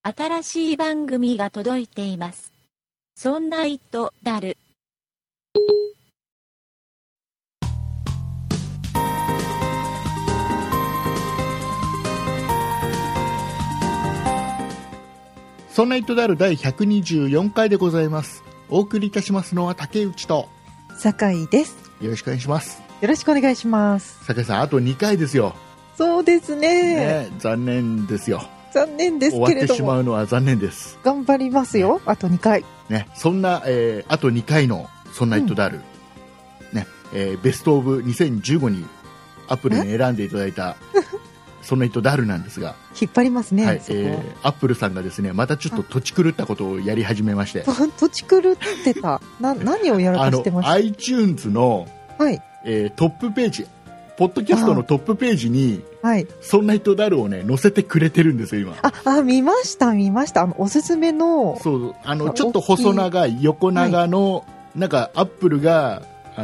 新しい番組が届いています。そんな糸だる。 そんな糸である第124回でございます。お送りいたしますのは竹内と酒井です。 よろしくお願いします。 よろしくお願いします。 酒井さん、あと2回ですよ。 そうですね。 残念ですよ。 残念ですけれども、 終わってしまうのは残念です。 頑張りますよ、あと2回、 ね、そんな、あと2回のそんな糸である、ね、ベストオブ2015にアップルに選んでいただいたそんな糸であるなんですが、 引っ張りますね、 はい、 そこアップルさんがですね、またちょっと土地狂ったことをやり始めまして、 土地狂ってた何をやらかしてました？ iTunes の、 はい、 トップページ、ポッドキャストのトップページに、 はい、 そんな糸だるをね載せてくれてるんですよ今。 見ましたおすすめの、 そうちょっと細長い横長の、はい、なんかアップルが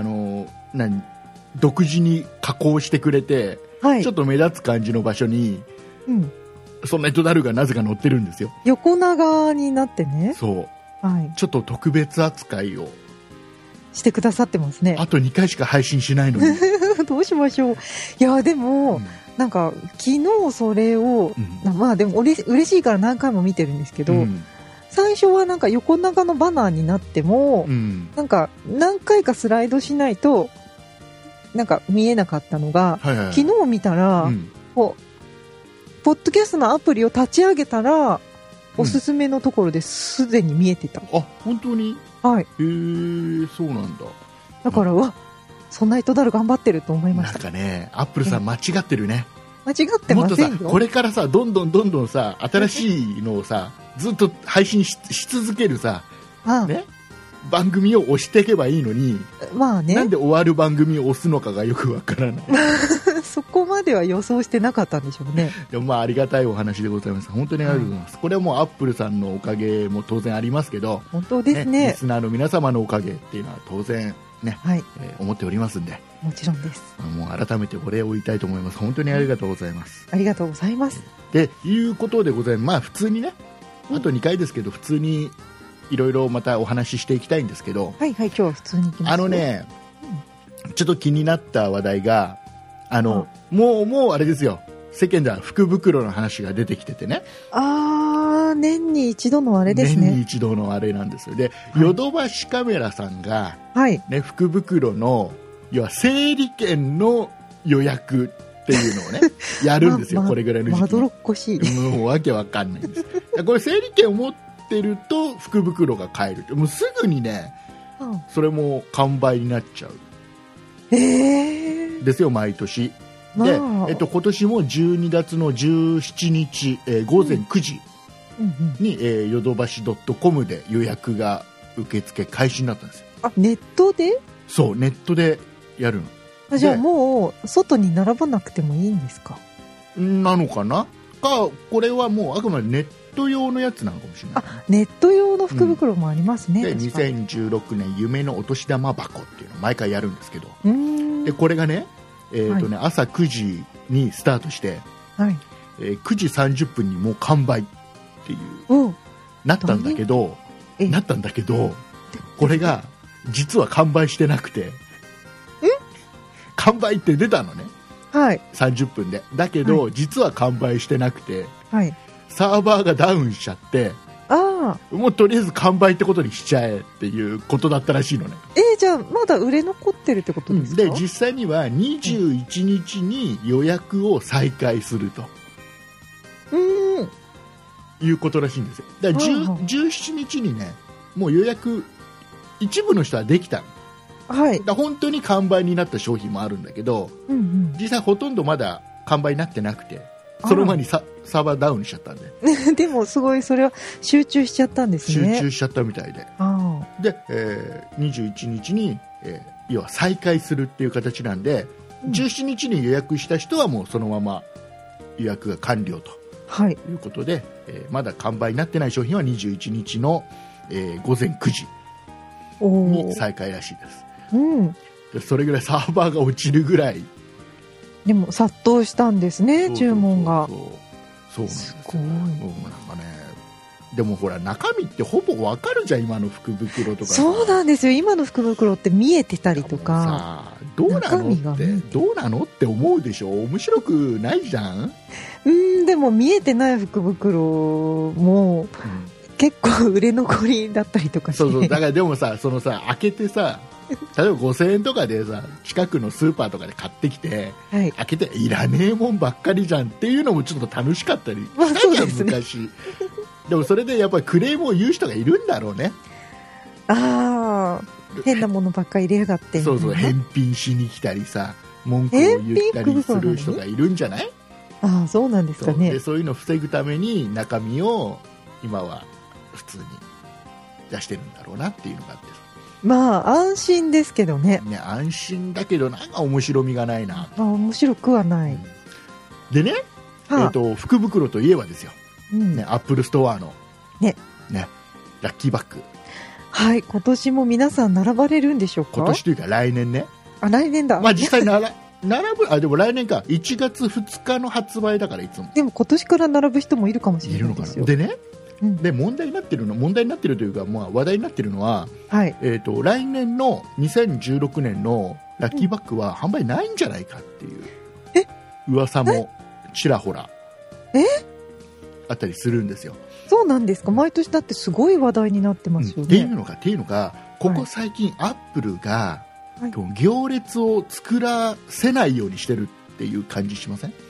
独自に加工してくれて、はい、ちょっと目立つ感じの場所に、そんな糸だるがなぜか載ってるんですよ。 横長になってね。 そう、 はい、 ちょっと特別扱いをしてくださってますね。 あと2回しか配信しないのにどうしましょう。いやでも、なんか昨日それを、まあでも嬉しいから何回も見てるんですけど、最初はなんか横長のバナーになっても、なんか何回かスライドしないとなんか見えなかったのが、昨日見たら、こうポッドキャストのアプリを立ち上げたら、おすすめのところですでに見えてた。 あ、本当に？ はい。 そうなんだ。 だから、そんな糸だる頑張ってると思いました。 なんかね、アップルさん間違ってるね。 間違ってませんよ。 もっとさ、これからさ、どんどんさ、新しいのをさ、ずっと配信 し続けるさ、ね、番組を押していけばいいのに、 まあね、 なんで終わる番組を押すのかがよくわからない。 そこまでは予想してなかったんでしょうね。 でもまあありがたいお話でございます。本当にありがとうございます。これはもうアップルさんのおかげも当然ありますけど、 本当ですね。 リスナーの皆様のおかげっていうのは当然ね、思っておりますんで、 もちろんです。 もう改めてお礼を言いたいと思います。本当にありがとうございます。 ありがとうございます。 でいうことでございます。まあ普通にね、あと2回ですけど、普通にいろいろまたお話ししていきたいんですけど、 はいはい、今日は普通に行きますよ。 ちょっと気になった話題が、もうあれですよ、世間では福袋の話が出てきててね。 年に一度のあれですね。 年に一度のあれなんですよ。で、ヨドバシカメラさんが、ね、福袋の要は整理券の予約っていうのをねやるんですよ、これぐらいの時期。 まどろっこしい。 もうわけわかんないんです。これ整理券を持ってると福袋が買える。もうすぐにね、それも完売になっちゃう。ですよ、毎年。で、今年も12月の17日、午前9時に、ヨドバシ.com で予約が受付開始になったんですよ。 ネットで？ そう、ネットでやるの。 じゃあもう外に並ばなくてもいいんですか？ なのかな？これはもうあくまでネット用のやつなのかもしれない。 ネット用の福袋もありますね。 で、2016年夢のお年玉箱っていうのを毎回やるんですけど、でこれがね、朝9時にスタートして、9時30分にもう完売っていうなったんだけど、これが実は完売してなくて、完売って出たのね、30分で。だけど、実は完売してなくて、サーバーがダウンしちゃって、もうとりあえず完売ってことにしちゃえっていうことだったらしいのね。 じゃあまだ売れ残ってるってことですか？ で、実際には21日に予約を再開するということらしいんですよ。だから17日にね、もう予約一部の人はできたの。だ本当に完売になった商品もあるんだけど、実際ほとんどまだ完売になってなくて、その前にサーバーダウンしちゃったんででもすごい、それは集中しちゃったんですね。 集中しちゃったみたいで、21日に、要は再開するっていう形なんで、17日に予約した人はもうそのまま予約が完了ということで、まだ完売になってない商品は21日の、午前9時に再開らしいです。でそれぐらいサーバーが落ちるぐらいでも殺到したんですね、注文が。 そうなんです。 すごい。 なんかね、 でもほら中身ってほぼわかるじゃん、今の福袋とか。 そうなんですよ、今の福袋って見えてたりとか、 どうなのって思うでしょ。面白くないじゃん。 でも見えてない福袋も、結構売れ残りだったりとかして。 そうだからでもさ、そのさ開けてさ、例えば5000円とかでさ近くのスーパーとかで買ってきて、開けていらねえもんばっかりじゃんっていうのもちょっと楽しかったりしたじゃん、昔。でもそれでやっぱりクレームを言う人がいるんだろうね。 変なものばっかり入れやがって。 そう返品しに来たりさ、文句を言ったりする人がいるんじゃない？ そうなんですかね。 そういうのを防ぐために中身を今は普通に出してるんだろうなっていうのがあって、 安心ですけどね。 安心だけどなんか面白みがないな。 面白くはない。 でね、福袋といえばですよ、アップルストアのラッキーバッグ。はい、 今年も皆さん並ばれるんでしょうか？ 今年というか来年ね。 来年だ。 実際並ぶ。でも来年か。1月2日の発売だから、いつも。 でも今年から並ぶ人もいるかもしれないですよ。 でね、で問題になってるというか、話題になってるのは、来年の2016年のラッキーバッグは販売ないんじゃないかっていう噂もちらほらあったりするんですよ。 そうなんですか。毎年だってすごい話題になってますよね。 っていうのがここ最近、アップルが行列を作らせないようにしてるっていう感じしません？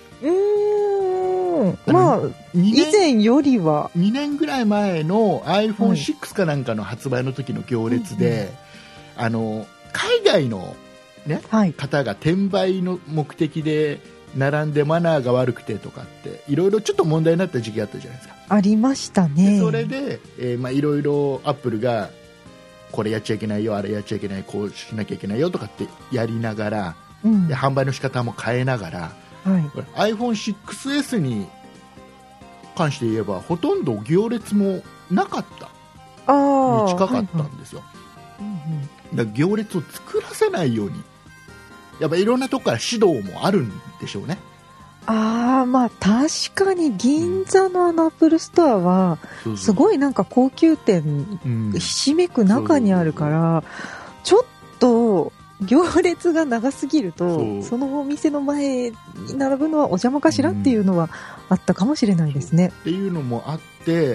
以前よりは2年ぐらい前の iPhone6 かなんかの発売の時の行列で、海外の、方が転売の目的で並んでマナーが悪くてとかっていろいろちょっと問題になった時期あったじゃないですか。 ありましたね。 それで、いろいろアップルがこれやっちゃいけないよ、あれやっちゃいけない、こうしなきゃいけないよとかってやりながら、で販売の仕方も変えながら、iPhone6S に関して言えばほとんど行列もなかったに近かったんですよ。だから行列を作らせないようにやっぱいろんなとこから指導もあるんでしょうね。 確かに銀座のアップルストアはすごいなんか高級店、ひしめく中にあるから、ちょっと行列が長すぎると そのお店の前に並ぶのはお邪魔かしらっていうのはあったかもしれないですね。 っていうのもあって、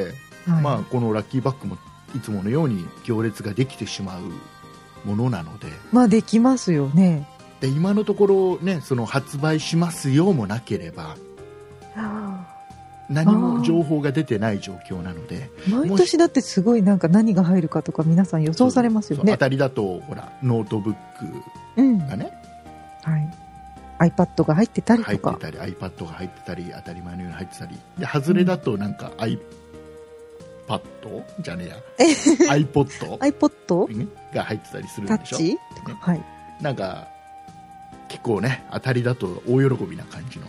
このラッキーバッグもいつものように行列ができてしまうものなので、 できますよね。 で今のところね、その発売しますよもなければ何も情報が出てない状況なので、 毎年だってすごいなんか何が入るかとか皆さん予想されますよね。 当たりだとほらノートブックがね、 iPad が入ってたりとか、 iPad が入ってたり当たり前のように入ってたりで、外れだとなんか iPad じゃねえやiPod が入ってたりするんでしょ。 タッチとか、 なんか結構ね、当たりだと大喜びな感じの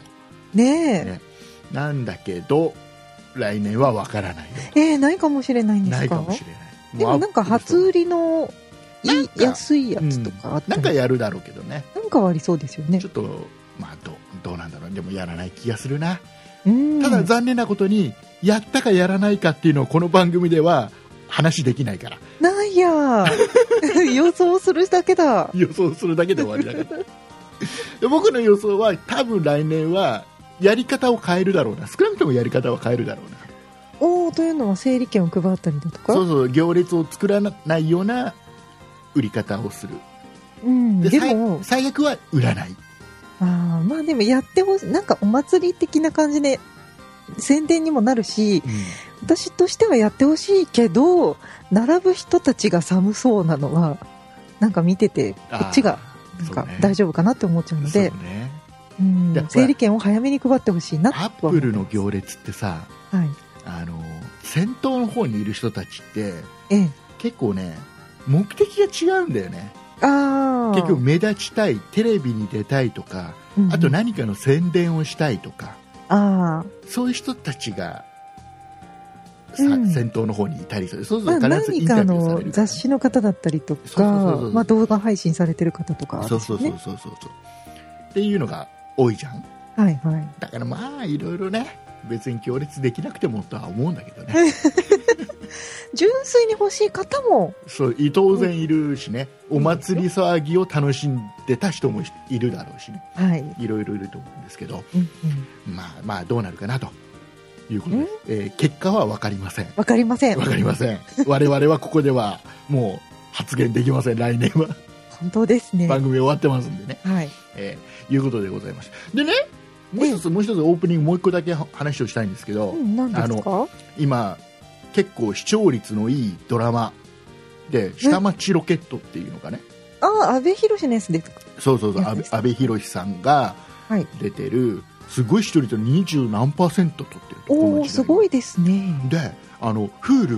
なんだけど来年はわからないよ。 ないかもしれないんですか？ないかもしれない。でもなんか初売りの安いやつとかあったり、 なんかやるだろうけどね。 なんかはありそうですよね。 ちょっとどうなんだろう。でもやらない気がするな。ただ残念なことにやったかやらないかっていうのをこの番組では話できないから。 ないや予想するだけだ。 予想するだけで終わりだから僕の予想は多分来年はやり方を変えるだろうな。少なくともやり方は変えるだろうな。 というのは整理券を配ったりだとか、 行列を作らないような売り方をする。でも最悪は売らない。 でもやってほしい。なんかお祭り的な感じで宣伝にもなるし、私としてはやってほしいけど、並ぶ人たちが寒そうなのはなんか見ててこっちがなんか大丈夫かなって思っちゃうので、整理券を早めに配ってほしいなと。 アップルの行列ってさ、先頭の方にいる人たちって、結構ね目的が違うんだよね。結局目立ちたい、テレビに出たいとか、あと何かの宣伝をしたいとか、そういう人たちが先頭の方にいたりする。そうすると必ずインタビューされるから、 何かの雑誌の方だったりとか、動画配信されてる方とか、っていうのが多いじゃん。だからいろいろね、別に行列できなくてもとは思うんだけどね純粋に欲しい方もそう当然いるしね、お祭り騒ぎを楽しんでた人もいるだろうしね、はい、いろいろいると思うんですけど、まあどうなるかなということで、結果は分かりません。 分かりません。 分かりません。我々はここではもう発言できません。来年は本当ですね。 番組終わってますんでね。 はい。 いうことでございます。でね、もう一つオープニングもう一個だけ話をしたいんですけど、 何ですか？ 今結構視聴率のいいドラマで下町ロケットっていうのがね、 阿部寛のやつですか？ そう阿部寛さんが出てる、すごい視聴率の20何%取ってる。 おお、すごいですね。 でHulu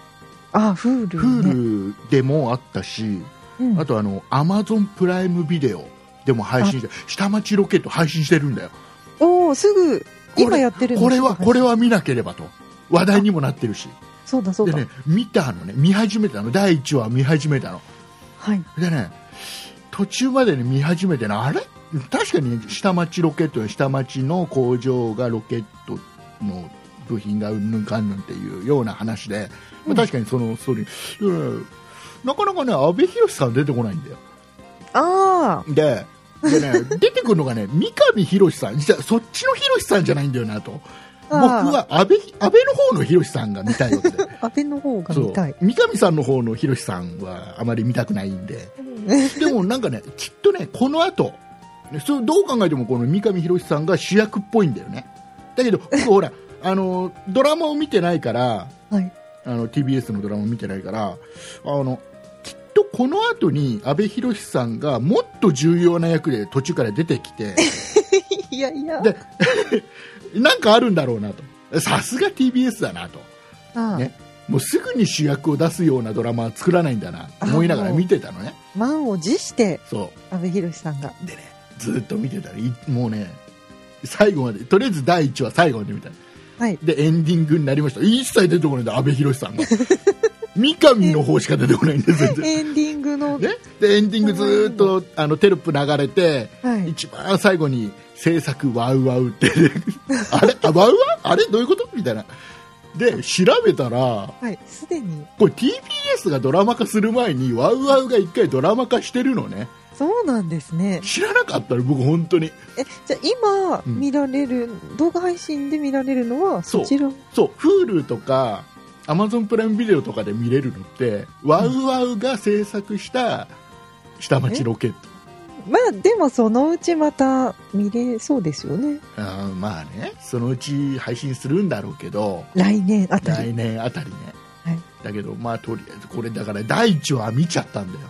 でもあったし、あとAmazon プライムビデオでも配信して、下町ロケット配信してるんだよ。おお、すぐ今やってるんですか？これは見なければと話題にもなってるし。 そうだそうだ。 でね、見始めたの、第1話見始めたの。 はい。 でね、途中までに見始めてあれ確かに下町ロケットの下町の工場がロケットの部品がうんぬんかんぬんっていうような話で、確かにそのストーリー、なかなかね阿部寛さん出てこないんだよ。でね、出てくるのがね三上博史さん。実はそっちの博史さんじゃないんだよなと。僕は安倍の方の博史さんが見たいわけで安倍の方が見たい。 三上さんの方の博史さんはあまり見たくないんででもなんかね、きっとねこの後それどう考えてもこの三上博史さんが主役っぽいんだよね。だけど僕ほらドラマを見てないから、はい、TBS のドラマを見てないからきっとこの後に阿部寛さんがもっと重要な役で途中から出てきていやいやでなんかあるんだろうなと。さすが TBS だなと、ね、もうすぐに主役を出すようなドラマは作らないんだなと思いながら見てたのね。 満を持してそう阿部寛さんがでね、ずっと見てたらもうね最後までとりあえず第1話最後まで見た、はい、でエンディングになりました。一切出てこないんだ阿部寛さんが三上の方しか出てこないんですよエンディングの、 ね、でエンディングずっとテロップ流れて、はい、一番最後に制作ワウワウってあれワウワウあれどういうことみたいなで調べたら、 はい、すでにこれ TBS がドラマ化する前にワウワウが一回ドラマ化してるのね。 そうなんですね。 知らなかったの僕本当に。 じゃあ今見られる、動画配信で見られるのはそちら？ そう Hulu とか Amazon プライムビデオとかで見れるのってワウワウが制作した下町ロケット。 まあでもそのうちまた見れそうですよね。 まあね、そのうち配信するんだろうけど来年あたりね、はい、だけどまあとりあえずこれだから第1話見ちゃったんだよ。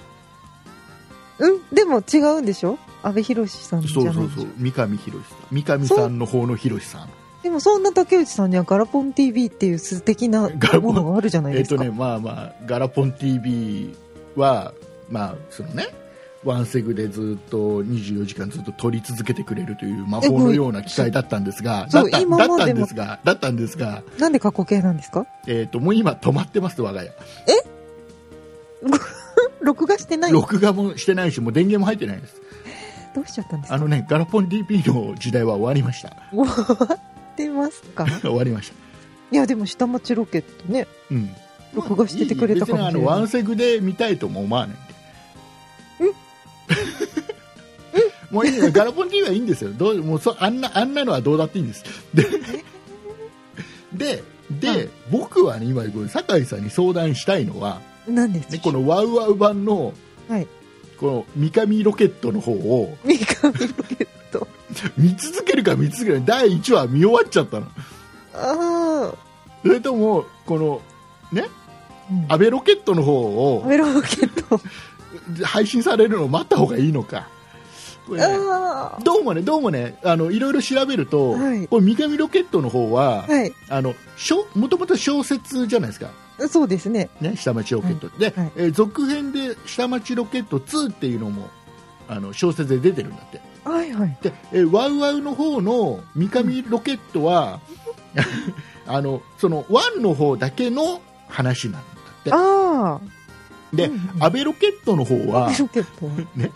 でも違うんでしょ阿部寛さんじゃないでしょ。 そう三上博史さん、三上さんの方の博史さん。 でもそんな竹内さんにはガラポン TV っていう素敵なものがあるじゃないですか。 まあガラポン TV はまあそのねワンセグでずっと24時間ずっと撮り続けてくれるという魔法のような機械だったんですが、だったんですが、 なんで過去形なんですか？ もう今止まってます我が家。 録画してない？ 録画もしてないしもう電源も入ってないです。 どうしちゃったんですか？ ガラポン TV の時代は終わりました。 終わってますか？ 終わりました。 いやでも下町ロケットね、録画しててくれたかもしれない。 別にワンセグで見たいとも思わないんで。もういいよ、ガラポン TV はいいんですよ。もうあんなのはどうだっていいんです。で、僕はね今酒井さんに相談したいのは何ですか？ このワウワウ版の、 はい、この三上ロケットの方を三上ロケット見続けるか見続けるか第1話見終わっちゃったの。それともこのね、安倍ロケットの方を安倍ロケット配信されるのを待った方がいいのか。これね、どうもねいろいろ調べると、はい、これ三上ロケットの方は、はい、もともと小説じゃないですか。 そうですね。 下町ロケット、はい、で、続編で下町ロケット2っていうのも小説で出てるんだって。 はいはい。 で、ワウワウの方の三上ロケットは、その1の方だけの話なんだって。で、安倍ロケットの方は、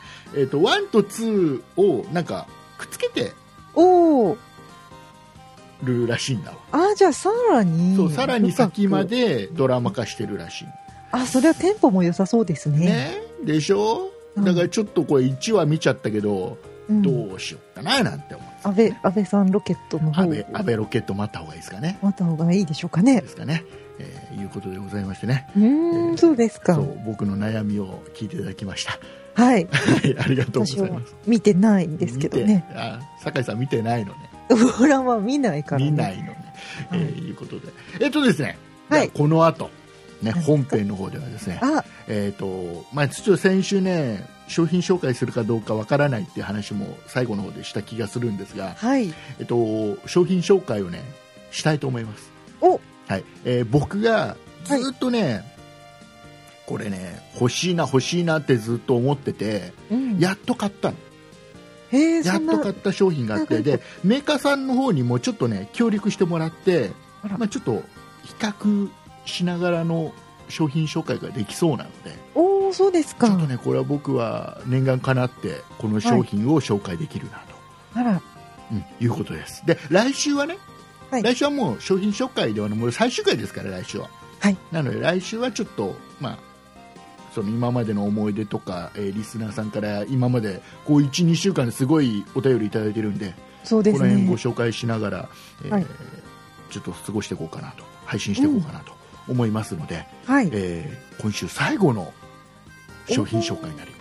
ね、1と2をなんかくっつけてるらしいんだわ。 あ、じゃあさらに。 そう、さらに先までドラマ化してるらしい。 あ、それはテンポも良さそうですね。 ね、でしょ。だからちょっとこれ1話見ちゃったけど、どうしようかななんて思う。 安倍さんロケットの方。 安倍ロケット待った方がいいですかね。 待った方がいいでしょうかね。 ですかね。いうことでございましてね。 そうですか。 そう、僕の悩みを聞いていただきました。 はい。 ありがとうございます。 見てないんですけどね。 酒井さん見てないのね。 ドラマ見ないからね。 見ないのね。いうことで。ですね。 はい。 この後、ね、本編の方ではですね。ちょっと先週ね、商品紹介するかどうかわからないっていう話も最後の方でした気がするんですが、 はい。 商品紹介をね、したいと思います。はい。僕がずっとね、これね、欲しいなってずっと思ってて、やっと買ったの。やっと買った商品があって、で、メーカーさんの方にもちょっとね、協力してもらって、ちょっと比較しながらの商品紹介ができそうなので、 そうですか。 ちょっとね、これは僕は念願かなってこの商品を紹介できるなと、いうことです。で、来週はね、来週はもう商品紹介ではもう最終回ですから、来週は。なので来週はちょっとその今までの思い出とか、リスナーさんから今までこう 1,2 週間ですごいお便りいただいてるんで、 そうですね、 この辺ご紹介しながら、ちょっと過ごしていこうかなと、配信していこうかなと思いますので、今週最後の商品紹介になります。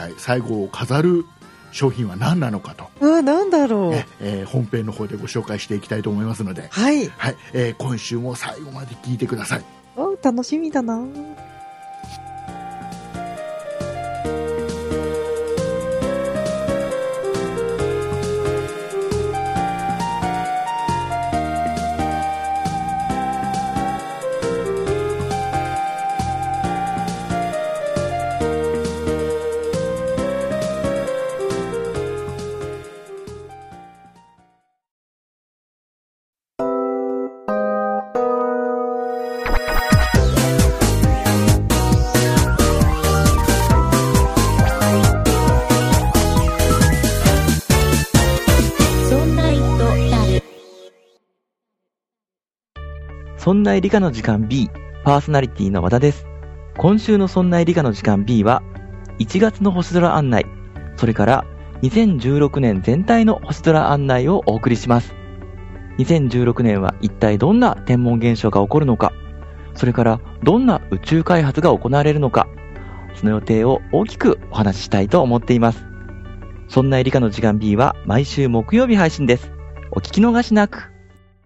最後を飾る商品は何なのかと、 なんだろう、本編の方でご紹介していきたいと思いますので、今週も最後まで聞いてください。 楽しみだな。 そんな理科の時間 B、パーソナリティの和田です。今週のそんな理科の時間 B は、1月の星空案内、それから2016年全体の星空案内をお送りします。2016年は一体どんな天文現象が起こるのか、それからどんな宇宙開発が行われるのか、その予定を大きくお話ししたいと思っています。そんな理科の時間 B は毎週木曜日配信です。お聞き逃しなく。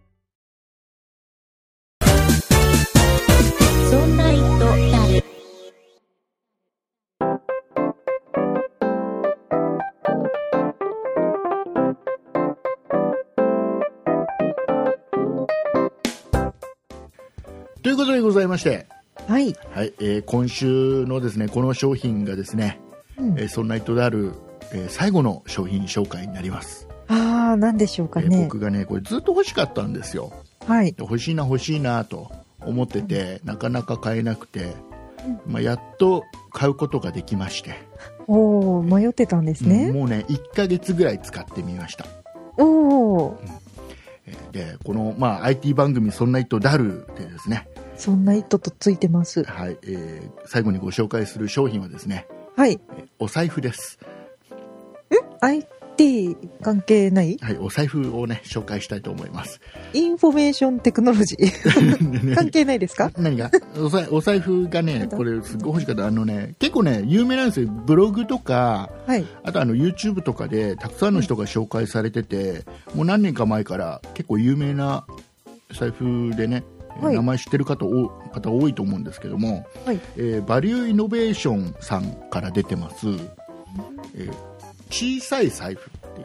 ということでございまして、 今週のですね、この商品がですね、そんな糸である、最後の商品紹介になります。 何でしょうかね。 僕がね、これずっと欲しかったんですよ。欲しいなと思ってて、なかなか買えなくて、やっと買うことができまして。 迷ってたんですね。 もうね、1ヶ月ぐらい使ってみました。で、この、IT 番組そんな糸だるでですね、 そんな糸とついてます。 最後にご紹介する商品はですね、お財布です。 IT 関係ない？ お財布をね、紹介したいと思います。 インフォメーションテクノロジー関係ないですか？ 何がお財布がね、これすごい欲しかった。結構ね、有名なんですよ。ブログとか、あとYouTube とかでたくさんの人が紹介されてて、もう何年か前から結構有名な財布でね、名前知ってる方多いと思うんですけども、バリューイノベーションさんから出てます、小さい財布っていう、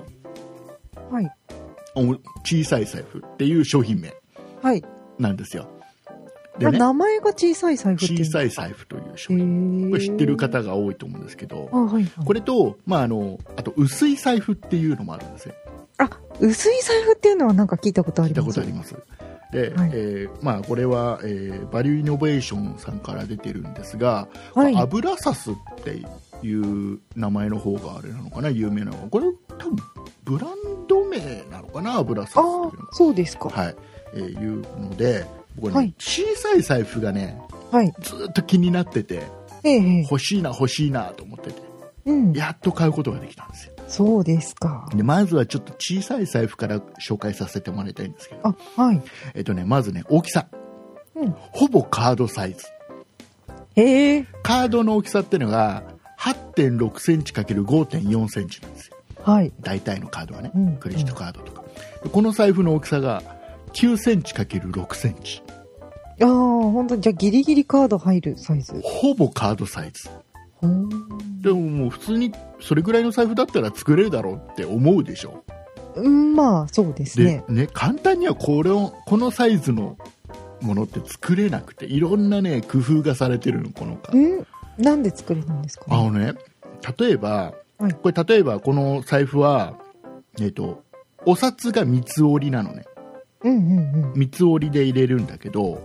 小さい財布っていう商品名なんですよ。 でね、名前が小さい財布っていう、 小さい財布という商品、これ知ってる方が多いと思うんですけど、これと、あと薄い財布っていうのもあるんですよ。 薄い財布っていうのはなんか聞いたことあります。 で、これは、バリューイノベーションさんから出てるんですが、油サスっていう名前の方があれなのかな、有名なのは。これ多分ブランド名なのかな、油サイズっていうのが。 そうですか。 はい、いうので僕ね、小さい財布がね、ずっと気になってて、欲しいなと思ってて、やっと買うことができたんですよ。 そうですか。 でまずはちょっと小さい財布から紹介させてもらいたいんですけど、まずね、大きさ、ほぼカードサイズ。カードの大きさっていうのが 8.6 センチ ×5.4 センチなんですよ。大体のカードはね、クレジットカードとか。この財布の大きさが9センチ ×6 センチ。 本当にじゃあギリギリカード入るサイズ。 ほぼカードサイズ。でももう普通にそれぐらいの財布だったら作れるだろうって思うでしょ。 まあそうですね。 でね、簡単にはこのサイズのものって作れなくて、いろんなね工夫がされてるの、このカード。 なんで作れないんですかね。 例えばこの財布はお札が三つ折りなのね。三つ折りで入れるんだけど、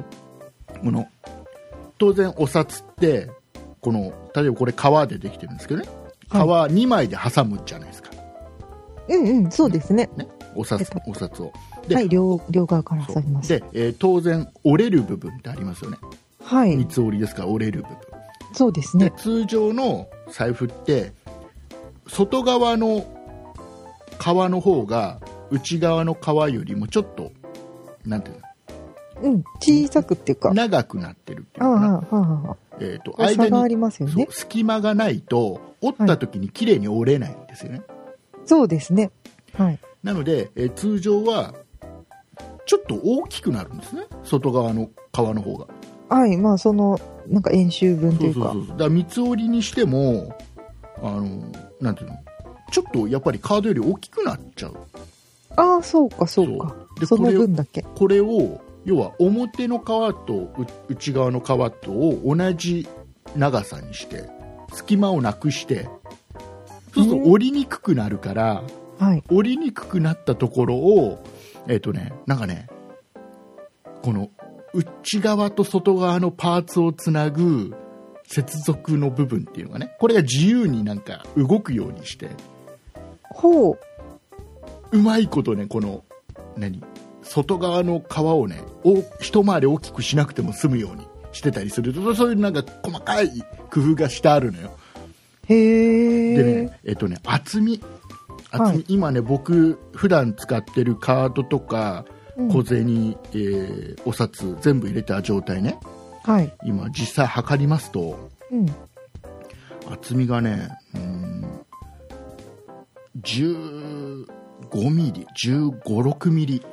当然お札って例えばこれ革でできてるんですけどね、革2枚で挟むじゃないですか。 そうですね。 お札をで、両側から挟みます。 で、当然折れる部分ってありますよね。三つ折りですから折れる部分。 そうですね。 通常の財布って外側の革の方が内側の革よりもちょっとなんていうの、 小さくっていうか長くなってるっていうかな。 差がありますよね。 隙間がないと折った時に綺麗に折れないんですよね。 そうですね。 なので、通常はちょっと大きくなるんですね、外側の革の方が。 まあそのなんか円周分というか。 だから三つ折りにしてもなんていうの、ちょっとやっぱりカードより大きくなっちゃう。 そうかそうか。その分だけ。これを要は表の革と内側の革とを同じ長さにして隙間をなくして、そうすると折りにくくなるから、折りにくくなったところをなんかね、この内側と外側のパーツをつなぐ接続の部分っていうのがね、これが自由になんか動くようにして、うまいことね、この外側の皮をね一回り大きくしなくても済むようにしてたりすると、そういうなんか細かい工夫がしてあるのよ。でね、厚み、今ね僕普段使ってるカードとか小銭、お札全部入れた状態ね、今実際測りますと、厚みがね15ミリ、15、6ミリ。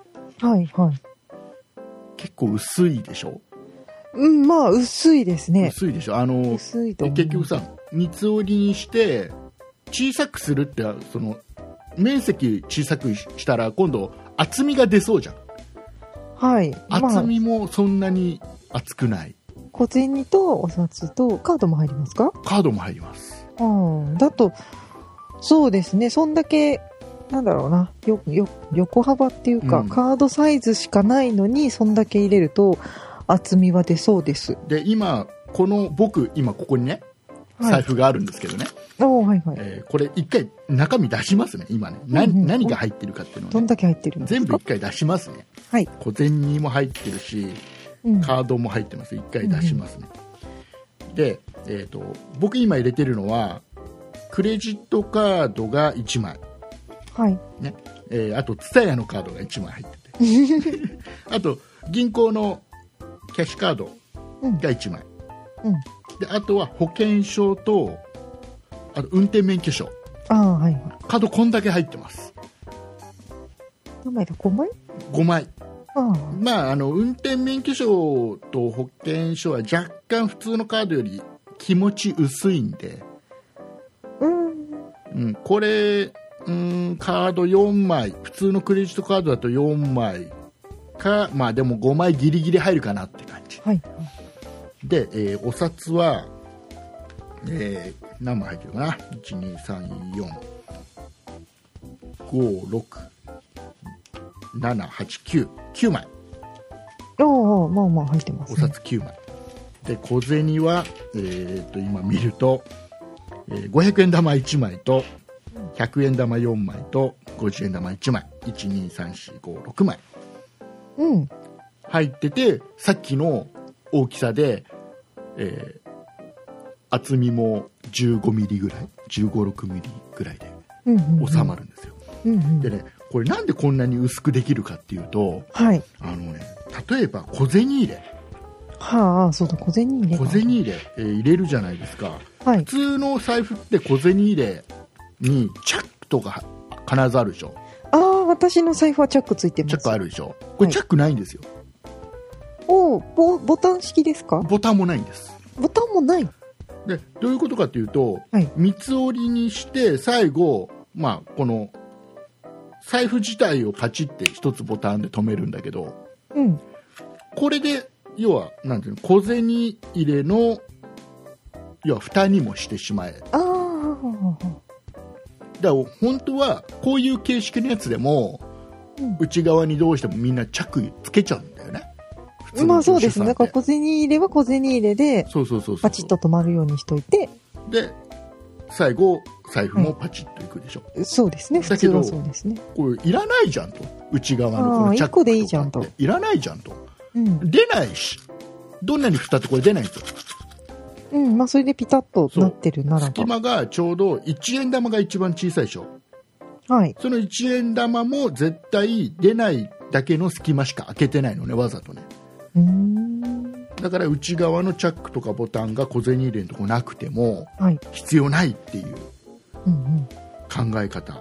結構薄いでしょ。 まあ薄いですね。 薄いでしょ。 薄いと思う。 結局さ、三つ折りにして小さくするって、その面積小さくしたら今度厚みが出そうじゃん。厚みもそんなに厚くない。 小銭とお札とカードも入りますか？ カードも入ります。 だとそうですね。そんだけなんだろうな、横幅っていうか、カードサイズしかないのにそんだけ入れると厚みは出そうです。で今今ここにね財布があるんですけどね、これ一回中身出しますね。今ね、何が入ってるかっていうのを、ね、 どんだけ入ってるんですか？ 全部一回出しますね。小銭も入ってるし、カードも入ってます。一回出しますね。で、僕今入れてるのはクレジットカードが1枚、ね、あとTSUTAYAのカードが1枚入っててあと銀行のキャッシュカードが1枚、であとは保険証とあと運転免許証、カードこんだけ入ってます。 何枚だ？5枚 ？5枚。まあ、運転免許証と保険証は若干普通のカードより気持ち薄いんで、これカード4枚、普通のクレジットカードだと4枚か、まあでも5枚ギリギリ入るかなって感じ、で、お札は、何枚入ってるかな、123456789枚。 まあ入ってます、 お札9枚で、小銭は、今見ると 500円玉1枚と100円玉4枚と50円玉1枚 1,2,3,4,5,6 枚、 うん、 入ってて、さっきの大きさで、厚みも15ミリぐらい、15、6ミリぐらいで収まるんですよ、うんうん、でね、これなんでこんなに薄くできるかっていうと、 はい、 例えば小銭入れ、 はあ、そうだ、小銭入れ、 小銭入れ、入れるじゃないですか、はい、普通の財布って小銭入れにチャックとか必ずあるでしょ。 ああ、私の財布はチャックついてます。 チャックあるでしょ。これチャックないんですよ、 はい、ボタン式ですか。 ボタンもないんです。 ボタンもないで、どういうことかというと、 はい、 三つ折りにして最後、まあ、この財布自体をパチって一つボタンで止めるんだけど、 うん、 これで要はなんていうの、小銭入れの要は蓋にもしてしまえ。 ああ、 だから本当はこういう形式のやつでも、うん、内側にどうしてもみんな着衣つけちゃうんだよね。 まあそうですね。だから小銭入れは小銭入れでパチッと止まるようにしといて、 で最後財布もパチッといくでしょ、 はい、そうですね。普通はそうですね。 これいらないじゃんと、内側のこのチャックとかって 1個でいいじゃんと、 いらないじゃんと、 うん、 出ないし、どんなに振ったってこれ出ないんですよ。 うん、まあそれでピタッとなってるならば、 隙間がちょうど1円玉が一番小さいでしょ。 はい。 その1円玉も絶対出ないだけの隙間しか開けてないのね、わざとね。だから内側のチャックとかボタンが小銭入れのとこなくても必要ないっていう考え方、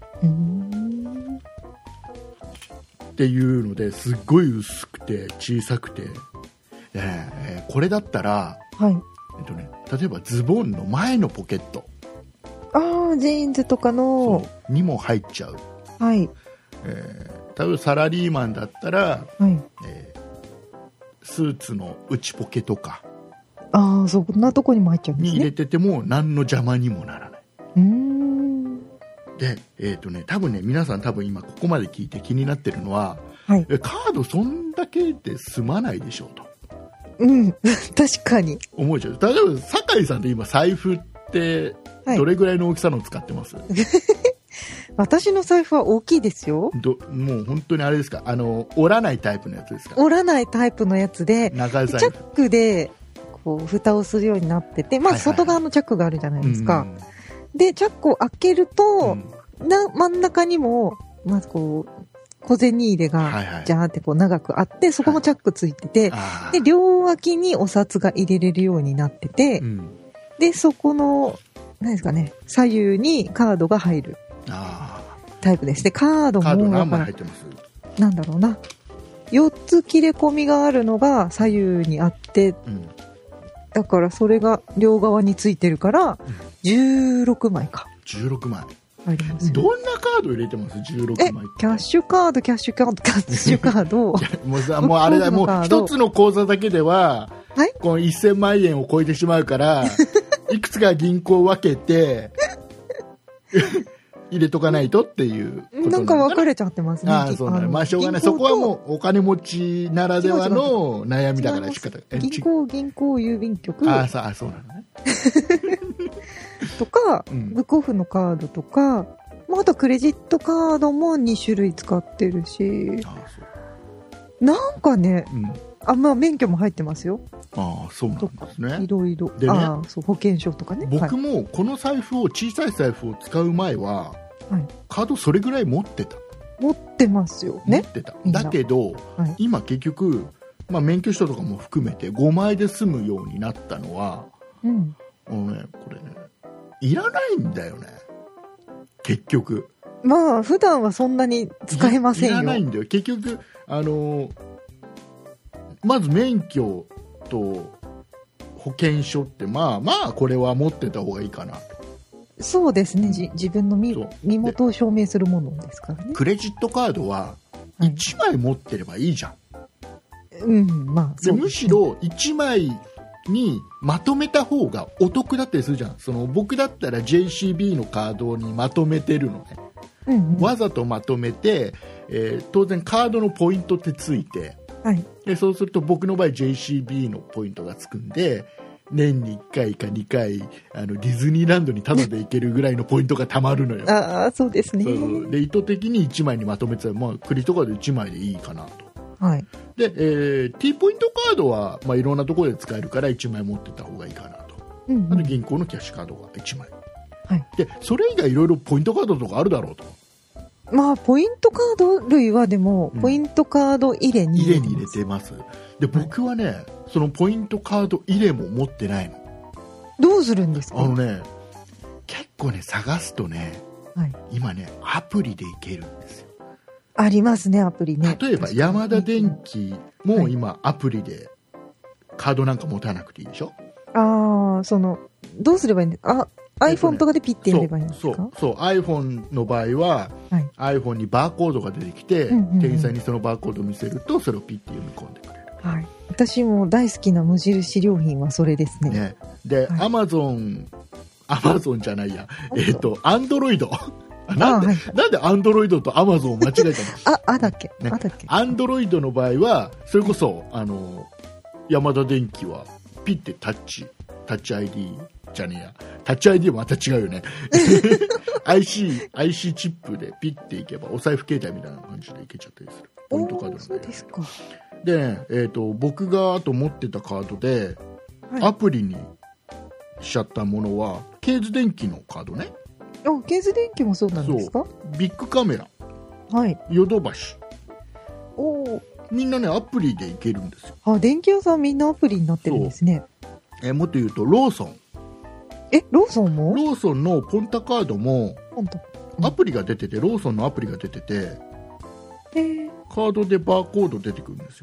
っていうのですっごい薄くて小さくて、これだったら、 はい、 例えばズボンの前のポケット、 ああ、ジーンズとかのにも入っちゃう、 はい、 例えばサラリーマンだったら、 はい、 スーツの内ポケとか、 ああ、そんなとこにも入っちゃうんですね。 に入れてても何の邪魔にもならない。で、多分ね、皆さん多分今ここまで聞いて気になってるのは、 はい、 カードそんだけで済まないでしょうと。 うん、確かに。 思うじゃん。例えば酒井さんって今財布ってどれぐらいの大きさのを使ってます？はい、 私の財布は大きいですよ。 もう本当にあれですか、折らないタイプのやつですか？ 折らないタイプのやつで、 長財布、 チャックでこう蓋をするようになってて、まず外側のチャックがあるじゃないですか。で、チャックを開けると、真ん中にもまずこう小銭入れがジャーってこう長くあって、そこもチャックついてて、で両脇にお札が入れれるようになってて、でそこの何ですかね、左右にカードが入るタイプです。でカードも何枚入ってます？ なんだろうな、4つ切れ込みがあるのが左右にあって、だからそれが両側についてるから16枚か。 16枚あります。 どんなカード入れてます？16枚。 キャッシュカードもうあれだ、もう一つの口座だけでは、 はい、 この1000万円を超えてしまうからいくつか銀行を分けて入れとかないとっていうことなんか分かれちゃってますね。 そうなの。まあしょうがない。そこはもうお金持ちならではの悩みだから仕方。 銀行郵便局。 そうなのね。 とか、ブックオフのカードとか、あとクレジットカードも2種類使ってるし、なんかね、まあ免許も入ってますよ。 そうなんですね。 いろいろ。 でね、 そう、保険証とかね。 僕もこの財布を、小さい財布を使う前は、カードそれぐらい持ってた。 持ってますよね。 持ってた。だけど、今結局、まあ免許証とかも含めて5枚で済むようになったのは、これね、いらないんだよね。結局。 まあ普段はそんなに使えませんよ。 いらないんだよ。結局まず免許と保険証ってまあこれは持ってた方がいいかなと。 そうですね。自分の身元を証明するものですからね。 クレジットカードは1枚持ってればいいじゃん。まあそうですね。 むしろ1枚にまとめた方がお得だったりするじゃん。僕だったら JCB のカードにまとめてるのね。わざとまとめて、当然カードのポイントってついて、でそうすると僕の場合 JCB のポイントがつくんで、 年に1回か2回ディズニーランドにタダで行けるぐらいのポイントがたまるのよ。 ああ、そうですね。 そうで意図的に1枚にまとめてたら、まあ、クリとかで1枚でいいかなと。 はい。 で、T ポイントカードは、まあ、いろんなところで使えるから1枚持ってた方がいいかなと。あと銀行のキャッシュカードが1枚。はい。で、それ以外いろいろポイントカードとかあるだろうと。 まあ、ポイントカード類はでも、ポイントカード入れに入れてます。で、僕はね、そのポイントカード入れも持ってないの。 どうするんですか？ 結構ね、探すとね、はい、今ね、アプリでいけるんですよ。 ありますね、アプリね。 例えば、ヤマダ電機も今、アプリでカードなんか持たなくていいでしょ？ ああ、どうすればいいんですか？iPhone とかでピッて入ればいいんですか？ そう iPhone の場合は、はい、iPhone にバーコードが出てきて、店員さんにそのバーコードを見せるとそれをピッて読み込んでくれる、 はい、私も大好きな無印良品はそれですね。 で、はい、Amazon じゃないやAndroid なんで Android と Amazon を間違えたの？ だっけ、ね、 Android の場合はそれこそヤマダ電機はピッてタッチ IDじゃねえや。タッチ ID はまた違うよね。IC チップでピッていけば、お財布携帯みたいな感じでいけちゃったりする。ポイントカードなんで。 そうですか。 でね、僕があと持ってたカードで、はい、アプリにしちゃったものは、ケーズ電機のカードね。 ケーズ電機もそうなんですか？ ビッグカメラ。 はい。 ヨドバシ。みんなね、アプリでいけるんですよ。 電気屋さんみんなアプリになってるんですね。 もっと言うと、ローソン。 ローソンも？ ローソンのポンタカードもアプリが出てて、ローソンのアプリが出てて、カードでバーコード出てくるんですよ。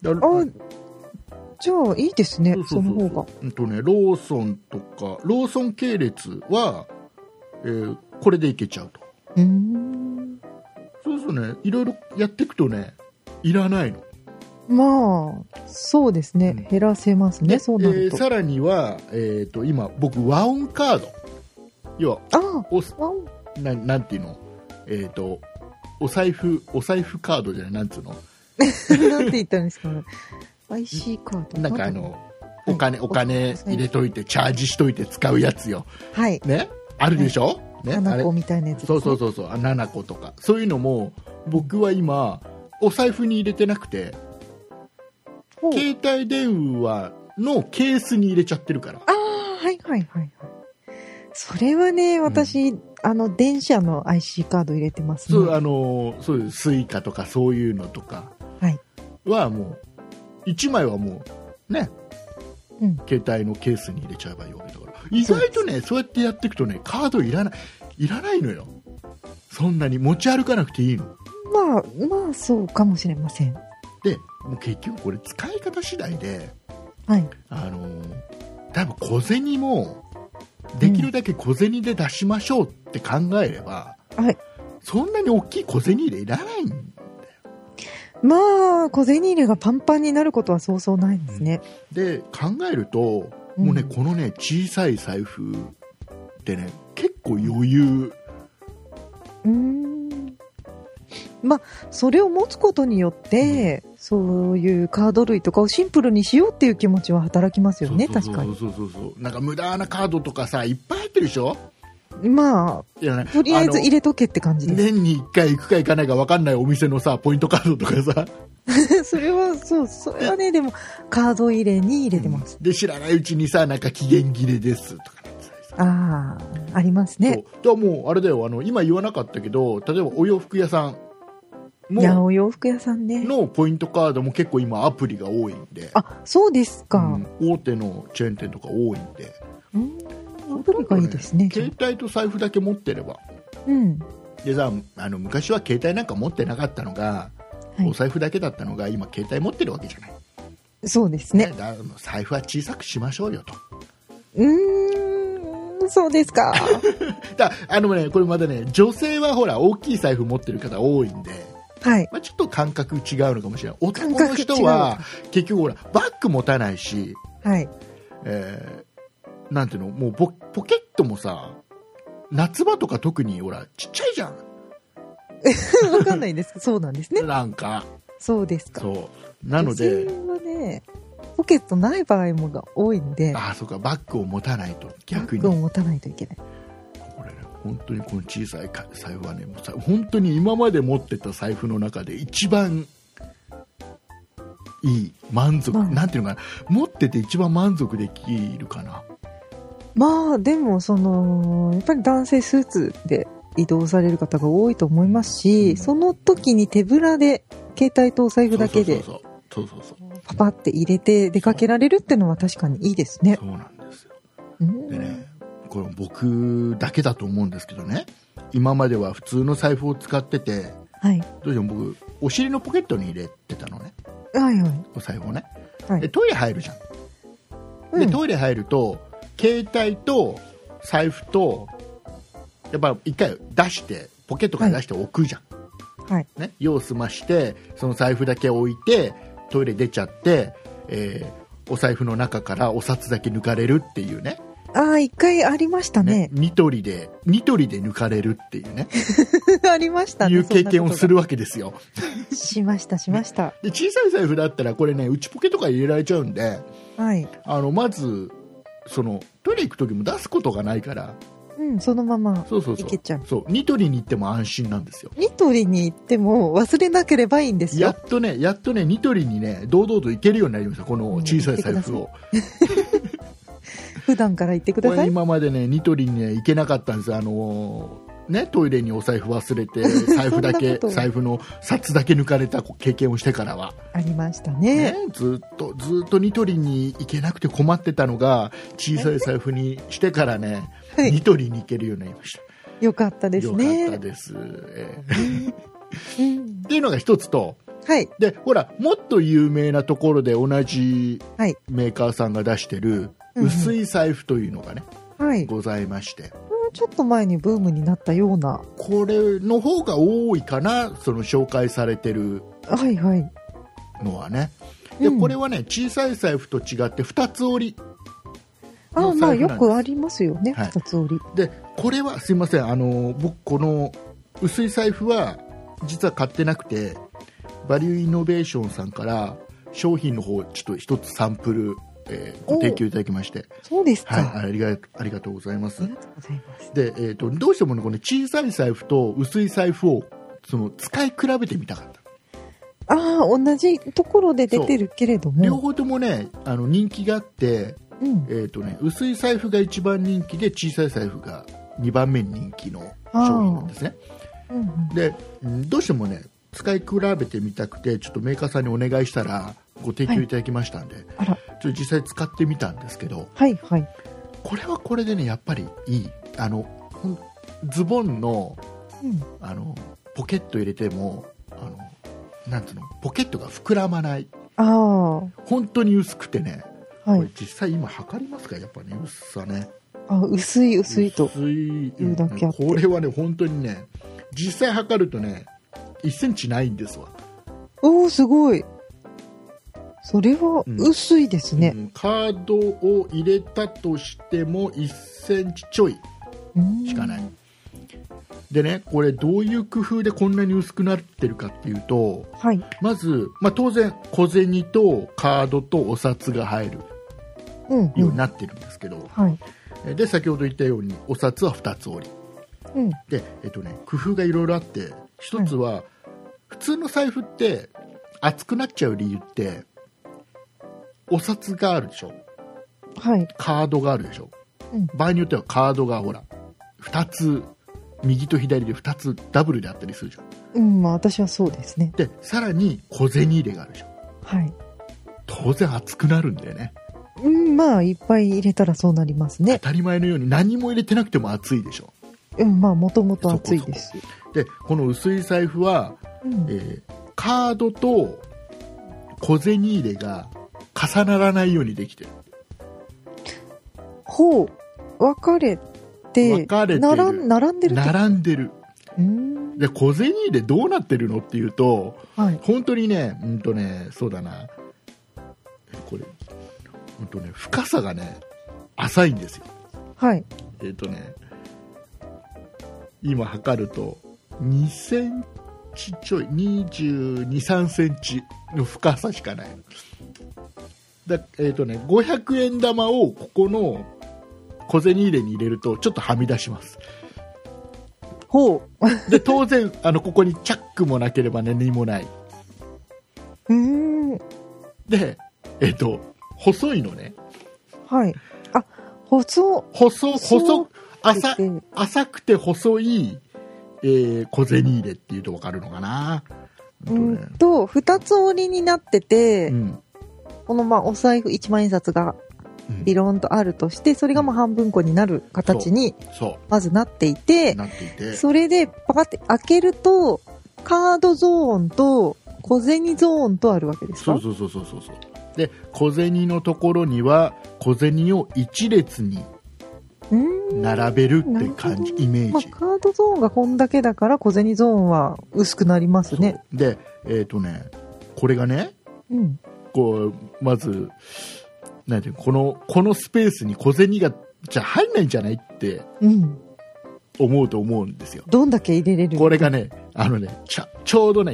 じゃあいいですね。その方が。 ローソンとかローソン系列は、これでいけちゃうと。そうするとね、いろいろやっていくとね、いらないの。まあそうですね、減らせますね。そうなると。 さらには、今僕和音カード、要はなんていうの、お財布カードじゃない、なんつうのなんて言ったんですかね。IC カード、 なんかお金入れといてチャージしといて使うやつよ。 はいね、あるでしょ、ね、 7個みたいなやつですね。 そう7個とかそういうのも僕は今お財布に入れてなくて、携帯電話のケースに入れちゃってるから。 はい。それはね、私、電車の IC カード入れてますね。 そういうスイカとかそういうのとかはもう1枚はもうね、携帯のケースに入れちゃえばいいわけだから、意外とね、そうやってやっていくとね、カードいらないのよ。そんなに持ち歩かなくていいの。 まあそうかもしれません。 でもう結局これ使い方次第で、 はい、 多分小銭もできるだけ小銭で出しましょうって考えれば、 はい、 そんなに大きい小銭入れいらないんだよ。 まあ小銭入れがパンパンになることはそうそうないですね。 で考えると、もうね、このね小さい財布ってね結構余裕。まあそれを持つことによって、そういうカード類とかをシンプルにしようっていう気持ちは働きますよね。確かに。 そうなんか無駄なカードとかさいっぱい入ってるでしょ。 まあとりあえず入れとけって感じです。 年に1回行くか行かないか分かんないお店のさポイントカードとかさそれはね、でもカード入れに入れてます。 で知らないうちにさ、なんか期限切れですとかありますね。 そうもうあれだよ、今言わなかったけど、例えばお洋服屋さんお洋服屋さんねのポイントカードも結構今アプリが多いんで。 そうですか。 大手のチェーン店とか多いんで、 アプリがいいですね。 携帯と財布だけ持ってれば。でさ、昔は携帯なんか持ってなかったのが、お財布だけだったのが今携帯持ってるわけじゃない。 そうですね。 財布は小さくしましょうよと。 そうですか。 これまだね、女性はほら大きい財布持ってる方多いんで、ちょっと感覚違うのかもしれない。男の人は結局ほらバッグ持たないし、なんていうの、もうポケットもさ、夏場とか特にほらちっちゃいじゃん。 わかんないです。そうなんですね。 なんかそうですか。 なので、 女性はね、 ポケットない場合もが多いんで。 ああ、そうか、バッグを持たないと、逆に。 バッグを持たないといけない。 これね、本当にこの小さい財布はね、本当に今まで持ってた財布の中で一番いい、満足、なんていうのかな、持ってて一番満足できるかな。 まあ、でも、やっぱり男性スーツで移動される方が多いと思いますし、その時に手ぶらで、携帯とお財布だけで、パパって入れて出かけられるっていうのは確かにいいですね。 そうなんですよ。でね、これ僕だけだと思うんですけどね、今までは普通の財布を使ってて、 はい、 どうしても僕お尻のポケットに入れてたのね、 はいはい、 お財布をね、 はい、 でトイレ入るじゃん、でトイレ入ると携帯と財布とやっぱ一回出してポケットから出して置くじゃん、 はいね、用を済ましてその財布だけ置いてトイレ出ちゃって、お財布の中からお札だけ抜かれるっていうね。 ああ、一回ありましたね。 ニトリで抜かれるっていうね。 ありましたね。 いう経験をするわけですよ。 しました。 で、小さい財布だったらこれね、内ポケとか入れられちゃうんで、 はい。 まず、トイレ行く時も出すことがないから、 そのままいけちゃう。 そう、ニトリに行っても安心なんですよ。 ニトリに行っても忘れなければいいんですよ。 やっとね、ニトリにね、堂々と行けるようになりました、この小さい財布を。 普段から言ってください。 今までね、ニトリに、ね、行けなかったんですよ。ね、トイレにお財布忘れて、財布だけ、財布の札だけ抜かれた経験をしてからは。 ありましたね。 ずっとニトリに行けなくて困ってたのが、小さい財布にしてからね、はい、ニトリに行けるようになりました。 よかったですね。 よかったです。っていうのが一つと、 はい。 で、ほら、もっと有名なところで同じメーカーさんが出してる、薄い財布というのがね、 はい、 ございまして。 ちょっと前にブームになったような。 これの方が多いかな、その紹介されてるのはね。で、これはね、小さい財布と違って二つ折りの財布なんです。 まあよくありますよね、二つ折り。 で、これはすいません、僕この薄い財布は実は買ってなくて、バリューイノベーションさんから商品の方ちょっと一つサンプルご提供いただきまして。 そうですか。 はい、ありがとうございます。ありがとうございます。で、どうしてもね、この小さい財布と薄い財布を使い比べてみたかった。 ああ、同じところで出てるけれども。 両方ともね、人気があって、薄い財布が一番人気で、小さい財布が2番目に人気の商品なんですね。で、どうしてもね、使い比べてみたくて、ちょっとメーカーさんにお願いしたら、ご提供いただきましたんで、ちょっと実際使ってみたんですけど、これはこれでね、やっぱりいい。ズボンの、ポケット入れても、なんていうの、ポケットが膨らまない。本当に薄くてね、これ実際今測りますか、やっぱね、薄さね。 薄いというだけあって。 これはね、本当にね、実際測るとね、1センチないんですわ。 おー、すごい。それは薄いですね。 カードを入れたとしても1センチちょいしかない。でね、これどういう工夫でこんなに薄くなってるかっていうと、まず、当然小銭とカードとお札が入るようになってるんですけど、で先ほど言ったようにお札は2つ折り、で、工夫がいろいろあって、一つは、普通の財布って厚くなっちゃう理由ってお札があるでしょ、カードがあるでしょ、場合によってはカードがほら2つ右と左で2つダブルであったりするじゃん。 私はそうですね。 でさらに小銭入れがあるでしょ。当然厚くなるんだよね。 いっぱい入れたらそうなりますね。 当たり前のように何も入れてなくても厚いでしょ。 もともと厚いです。 でこの薄い財布は、カードと小銭入れが重ならないようにできてる。 分かれてる。並んでる。で小銭入れどうなってるのっていうと、本当にね、そうだな、これ本当ね、深さがね浅いんですよ。今測ると2センチちょい、22、3センチの深さしかない。 500円玉をここの小銭入れに入れるとちょっとはみ出します。 ほう。で、当然、ここにチャックもなければ何もない。で、細いのね。 はい。あ、細浅くて細い、小銭入れっていうと分かるのかな。 二つ折りになってて、このお財布1万円札がビロンとあるとして、それが半分個になる形にまずなっていて、それでパカって開けるとカードゾーンと小銭ゾーンとあるわけですか？ そう。で、小銭のところには小銭を一列に並べるって感じ、イメージ。 カードゾーンがこんだけだから小銭ゾーンは薄くなりますね。 で、これがね、こうまずなんていうこのスペースに小銭がじゃ入んないんじゃないって思うと思うんですよ。 どんだけ入れれる？ これがね、ちょうどね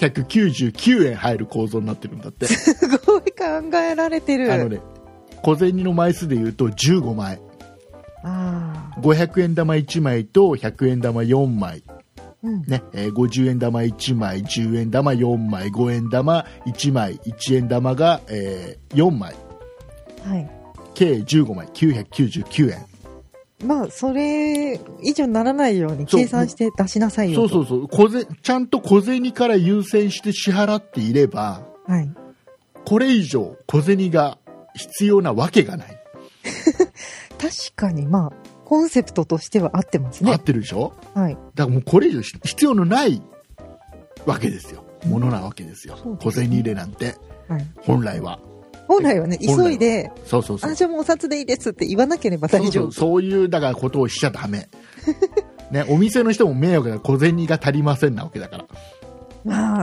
999円入る構造になってるんだって。 すごい考えられてる。 小銭の枚数でいうと15枚。500円玉1枚と100円玉4枚、50円玉1枚、10円玉4枚、5円玉1枚、1円玉が、4枚、計15枚、999円。 それ以上にならないように計算して出しなさいよ。 そうちゃんと小銭から優先して支払っていれば、これ以上小銭が必要なわけがない。 確かにコンセプトとしては合ってますね。 合ってるでしょ。 だからもうこれ以上必要のないわけですよ。ものなわけですよ。小銭入れなんて、本来はね、 急いで、 じゃあもうお札でいいですって言わなければ大丈夫。 そういうだからことをしちゃダメ。ね、お店の人も迷惑だ、小銭が足りませんなわけだから。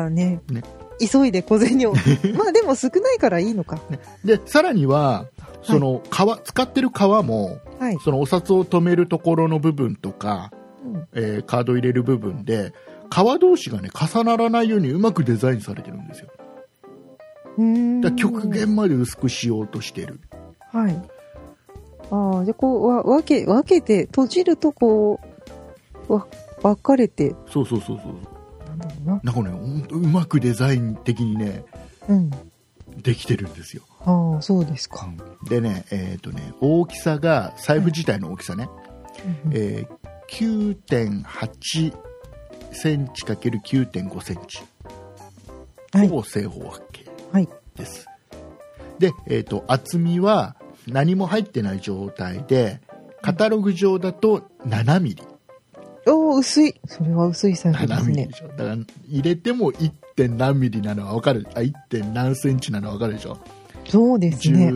急いで小銭をでも少ないからいいのか。でさらには使ってる革も、そのお札を止めるところの部分とか、カード入れる部分で革同士がね重ならないようにうまくデザインされてるんですよ。だ極限まで薄くしようとしてる。じゃあこう分けて閉じるとこう分かれて。 そうなんかね、うまくデザイン的にね、できてるんですよ。 そうですか。 でね、大きさが財布自体の大きさね、9.8 センチ ×9.5 センチ、ほぼ正方形です。で、厚みは何も入ってない状態で、カタログ上だと7ミリ。 薄い。それは薄い財布ですね。7ミリでしょ。 だから入れても 1. 何ミリなのは分かる。1. 何センチなのは分かるでしょ。 そうですね。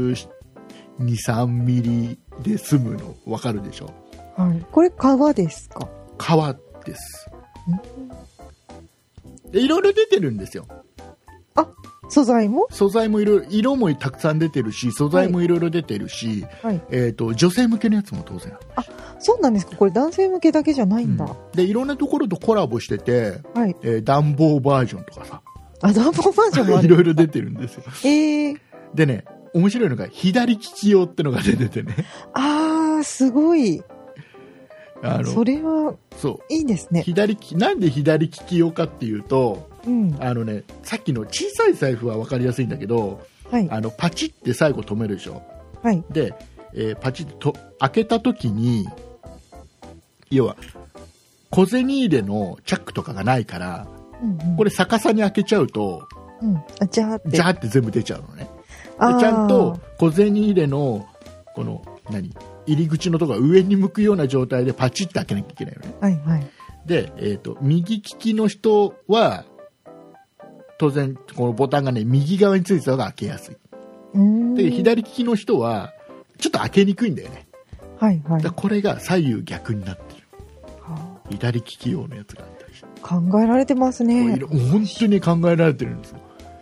12、3ミリで済むの分かるでしょ。 これ革ですか？ 革です。でいろいろ出てるんですよ。 素材もいろいろ、色もたくさん出てるし、素材もいろいろ出てるし、女性向けのやつも当然あるし。 そうなんですか。これ男性向けだけじゃないんだ。 でいろんなところとコラボしてて、暖房バージョンとかさ、 暖房バージョンもある。 いろいろ出てるんですよ。でね、面白いのが左利き用ってのが出ててね。 すごい。それはいいですね。 なんで左利き用かっていうと、さっきの小さい財布は分かりやすいんだけど、パチって最後止めるでしょ。で、パチッと開けた時に、要は小銭入れのチャックとかがないから、これ逆さに開けちゃうと、ジャーって全部出ちゃうのね。でちゃんと小銭入れのこの入り口のところが上に向くような状態でパチッと開けなきゃいけないのね。で、右利きの人は当然このボタンがね右側についてた方が開けやすい。で左利きの人はちょっと開けにくいんだよね。だこれが左右逆になってる。左利き用のやつがあったりして。 考えられてますね。 本当に考えられてるんですよ。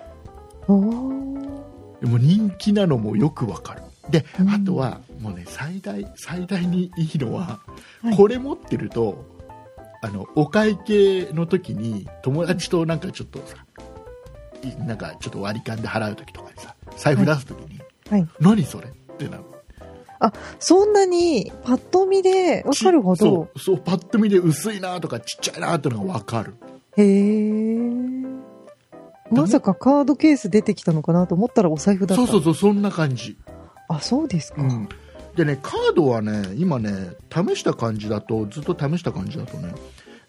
でも人気なのもよくわかる。で、あとはもうね最大にいいのは、これ持ってるとお会計の時に友達となんかちょっとさ、なんかちょっと割り勘で払う時とかにさ、財布出す時に、 はい、 何それってなる。 あ、そんなにパッと見で分かるほど。 そうパッと見で薄いなとかちっちゃいなってのが分かる。 へー。まさかカードケース出てきたのかなと思ったらお財布だった。 そうそんな感じ。 あ、そうですか。 でね、カードはね、今ね、試した感じだと、ずっと試した感じだとね、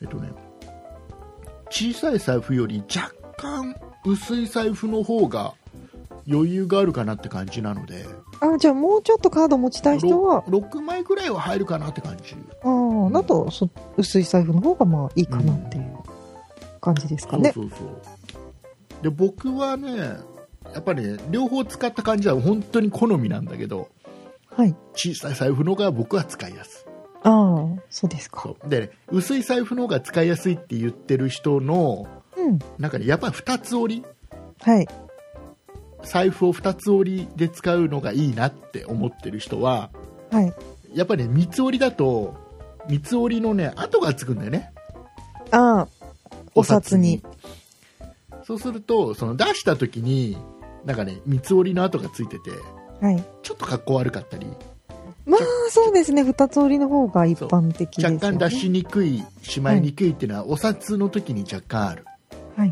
小さい財布より若干薄い財布の方が余裕があるかなって感じなので。 あ、じゃあもうちょっとカード持ちたい人は 6枚ぐらいは入るかなって感じ。 だと薄い財布の方がまあいいかなっていう感じですかね。 そうで、僕はね、やっぱりね、両方使った感じは本当に好みなんだけど、 はい、 小さい財布の方が僕は使いやすい。 そうですか。 でね、薄い財布の方が使いやすいって言ってる人の、なんかね、やっぱり2つ折り、 はい、 財布を2つ折りで使うのがいいなって思ってる人は、 はい、 やっぱりね、三つ折りだと三つ折りのね、跡がつくんだよね。 お札に。 そうすると、その出した時になんかね、三つ折りの跡がついてて、 はい、 ちょっと格好悪かったり。 まあそうですね、二つ折りの方が一般的ですよね。 若干出しにくい、しまいにくいっていうのは、お札の時に若干ある。 はいはい。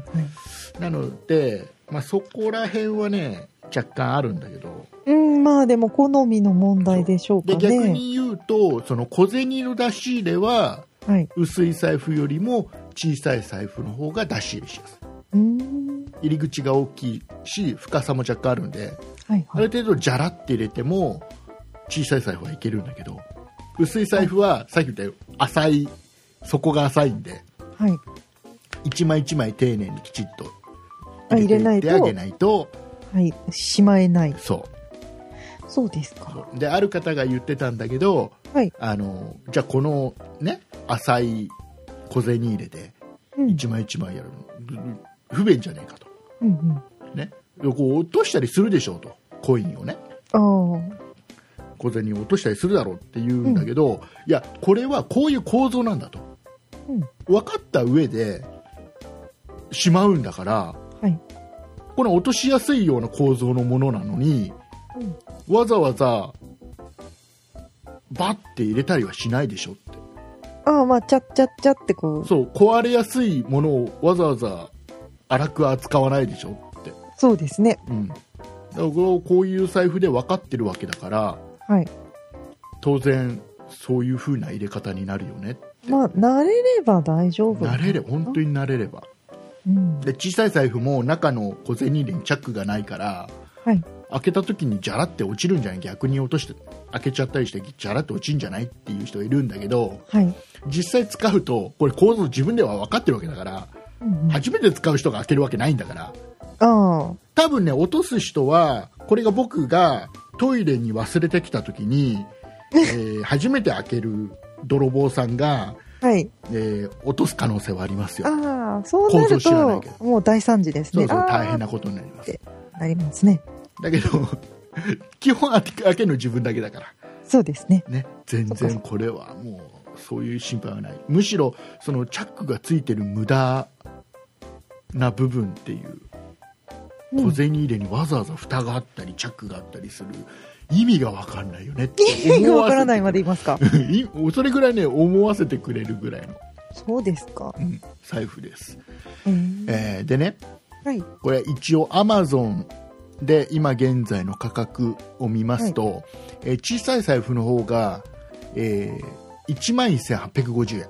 なので、そこら辺はね、若干あるんだけど。 まあでも好みの問題でしょうかね。 で、逆に言うと、その小銭の出し入れは、 はい、 薄い財布よりも小さい財布の方が出し入れしやすい。入り口が大きいし、深さも若干あるんで、 はいはい、 ある程度ジャラって入れても小さい財布はいけるんだけど、薄い財布はさっき言ったように浅い、底が浅いんで、 はい、 一枚一枚丁寧にきちっと入れないと、 あげないと、 はい、しまえない。 そうですか。 で、ある方が言ってたんだけど、 はい、 じゃあこのね、浅い小銭入れで一枚一枚やるの、不便じゃねえかと、ね、こう落としたりするでしょうと、コインをね、小銭を落としたりするだろうって言うんだけど、いや、これはこういう構造なんだと、分かった上でしまうんだから、 はい、 この落としやすいような構造のものなのに、わざわざバッて入れたりはしないでしょって。 まあチャッチャッチャってこう。 そう、壊れやすいものをわざわざ粗く扱わないでしょって。 そうですね。 だからこういう財布で分かってるわけだから、 はい、 当然そういう風な入れ方になるよねって。 まあ慣れれば大丈夫。 本当に慣れれば。で、小さい財布も中の小銭入れにチャックがないから、 はい、 開けた時にジャラって落ちるんじゃない、逆に落として開けちゃったりしてジャラって落ちるんじゃないっていう人がいるんだけど、 はい、 実際使うとこれ構造自分では分かってるわけだから、初めて使う人が開けるわけないんだから、多分ね、落とす人は、これが僕がトイレに忘れてきた時に、初めて開ける泥棒さんが、 はい、 落とす可能性はありますよ。 そうなるともう大惨事ですね。 大変なことになります。 なりますね。 だけど基本開けるの自分だけだから。 そうですね。 全然これはもうそういう心配はない。むしろそのチャックがついてる無駄な部分っていう、小銭入れにわざわざ蓋があったりチャックがあったりする意味が分かんないよねって意味が分からないまで言いますか。 それぐらいね、思わせてくれるぐらいの。 そうですか。 財布です。 でね、 はい、 これ一応 Amazon で今現在の価格を見ますと、小さい財布の方が、11,850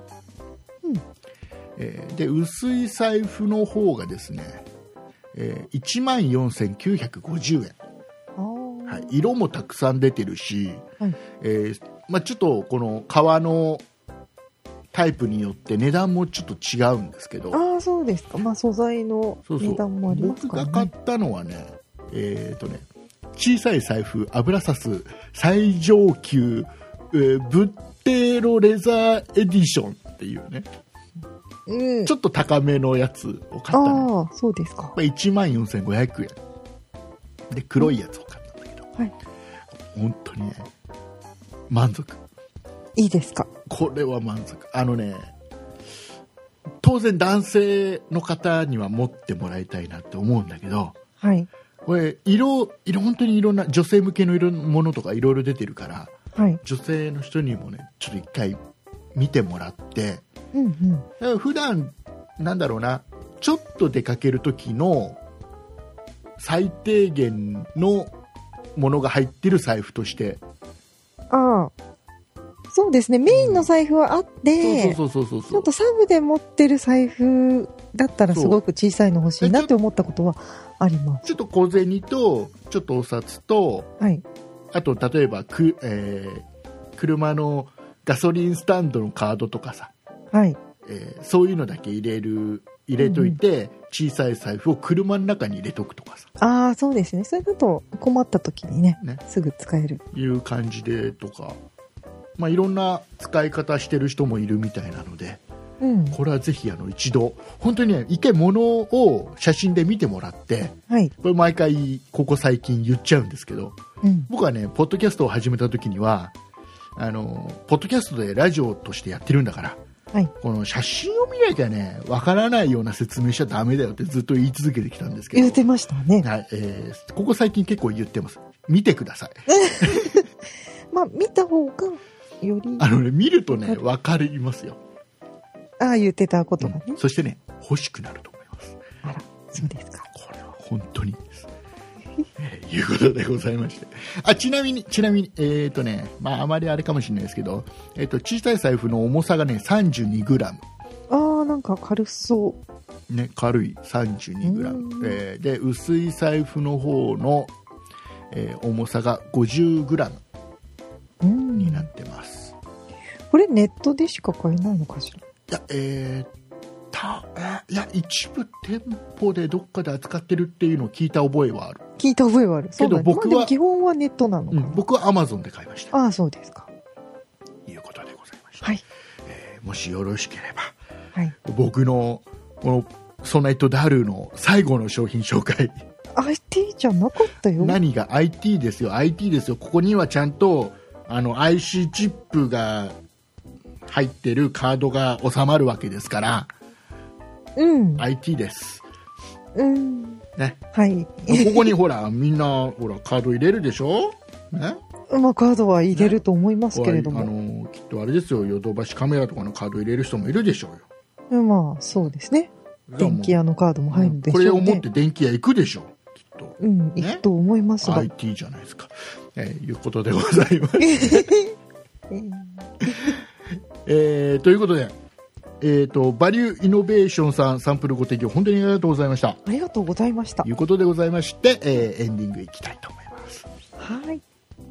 円、で薄い財布の方がですね、14,950円、色もたくさん出てるし、ちょっとこの革のタイプによって値段もちょっと違うんですけど。 そうですか。素材の値段もありますからね。 僕が買ったのはね、小さい財布油さす最上級、ブッテロレザーエディションっていうね、ちょっと高めのやつを買ったの。 そうですか。 14,500円で黒いやつを買ったんだけど、本当にね、満足。 いいですか。 これは満足。当然男性の方には持ってもらいたいなって思うんだけど、 これ本当にいろんな女性向けのものとかいろいろ出てるから、はい、女性の人にもねちょっと一回見てもらって、うんうん、だから普段なんだろうな、ちょっと出かける時の最低限のものが入ってる財布として、 ああ、そうですね、メインの財布はあって、ちょっとサブで持ってる財布だったらすごく小さいの欲しいなって思ったことはあります。 ちょっと小銭とちょっとお札と、はい、あと例えば車のガソリンスタンドのカードとかさ、はい、そういうのだけ入れといて、小さい財布を車の中に入れとくとかさ。 ああ、そうですね。それだと困った時に ねすぐ使えるいう感じでとか、まあ、いろんな使い方してる人もいるみたいなので、うん、これはぜひ一度本当にね、一回物を写真で見てもらって、はい、これ毎回ここ最近言っちゃうんですけど、うん、僕はねポッドキャストを始めた時にはポッドキャストでラジオとしてやってるんだから、はい、この写真を見なきゃねわからないような説明しちゃダメだよってずっと言い続けてきたんですけど、 言ってましたね、はい、 ここ最近結構言ってます。見てくださいまあ見た方がより見るとね分かりますよ。 ああ、言ってたことがね、 そしてね欲しくなると思います。 あら、そうですか。 これは本当にですいうことでございまして、ちなみにまああまりあれかもしれないですけど、小さい財布の重さがね 32g。 ああ、なんか軽そうね、軽い 32g、で薄い財布の方の、重さが 50g になってます。 これネットでしか買えないのかしら。 いや一部店舗でどっかで扱ってるっていうのを聞いた覚えはある。 けど僕は、でも基本はネットなのかな、 僕は Amazon で買いました。 ああ、そうですか。 いうことでございました、 はい。 もしよろしければ、はい、僕のこのソナイトダルの最後の商品紹介。 IT じゃなかったよ。 何が IT ですよ。 IT ですよ。ここにはちゃんとIC チップが入ってるカードが収まるわけですから、うん、IT です。 うんね、 はい。 ここにほらみんなほらカード入れるでしょ、ね、 まあカードは入れると思いますけれども、 ね、きっとあれですよ、ヨドバシカメラとかのカード入れる人もいるでしょうよ。 まあそうですね。電気屋のカードも入るでしょうね。 これを持って電気屋行くでしょう、きっと。 うん、行くと思いますが、 IT じゃないですか、いうことでございますということで、バリューイノベーションさん、サンプルご提供本当にありがとうございました。 ありがとうございました。 ということでございまして、エンディングいきたいと思います。 はい。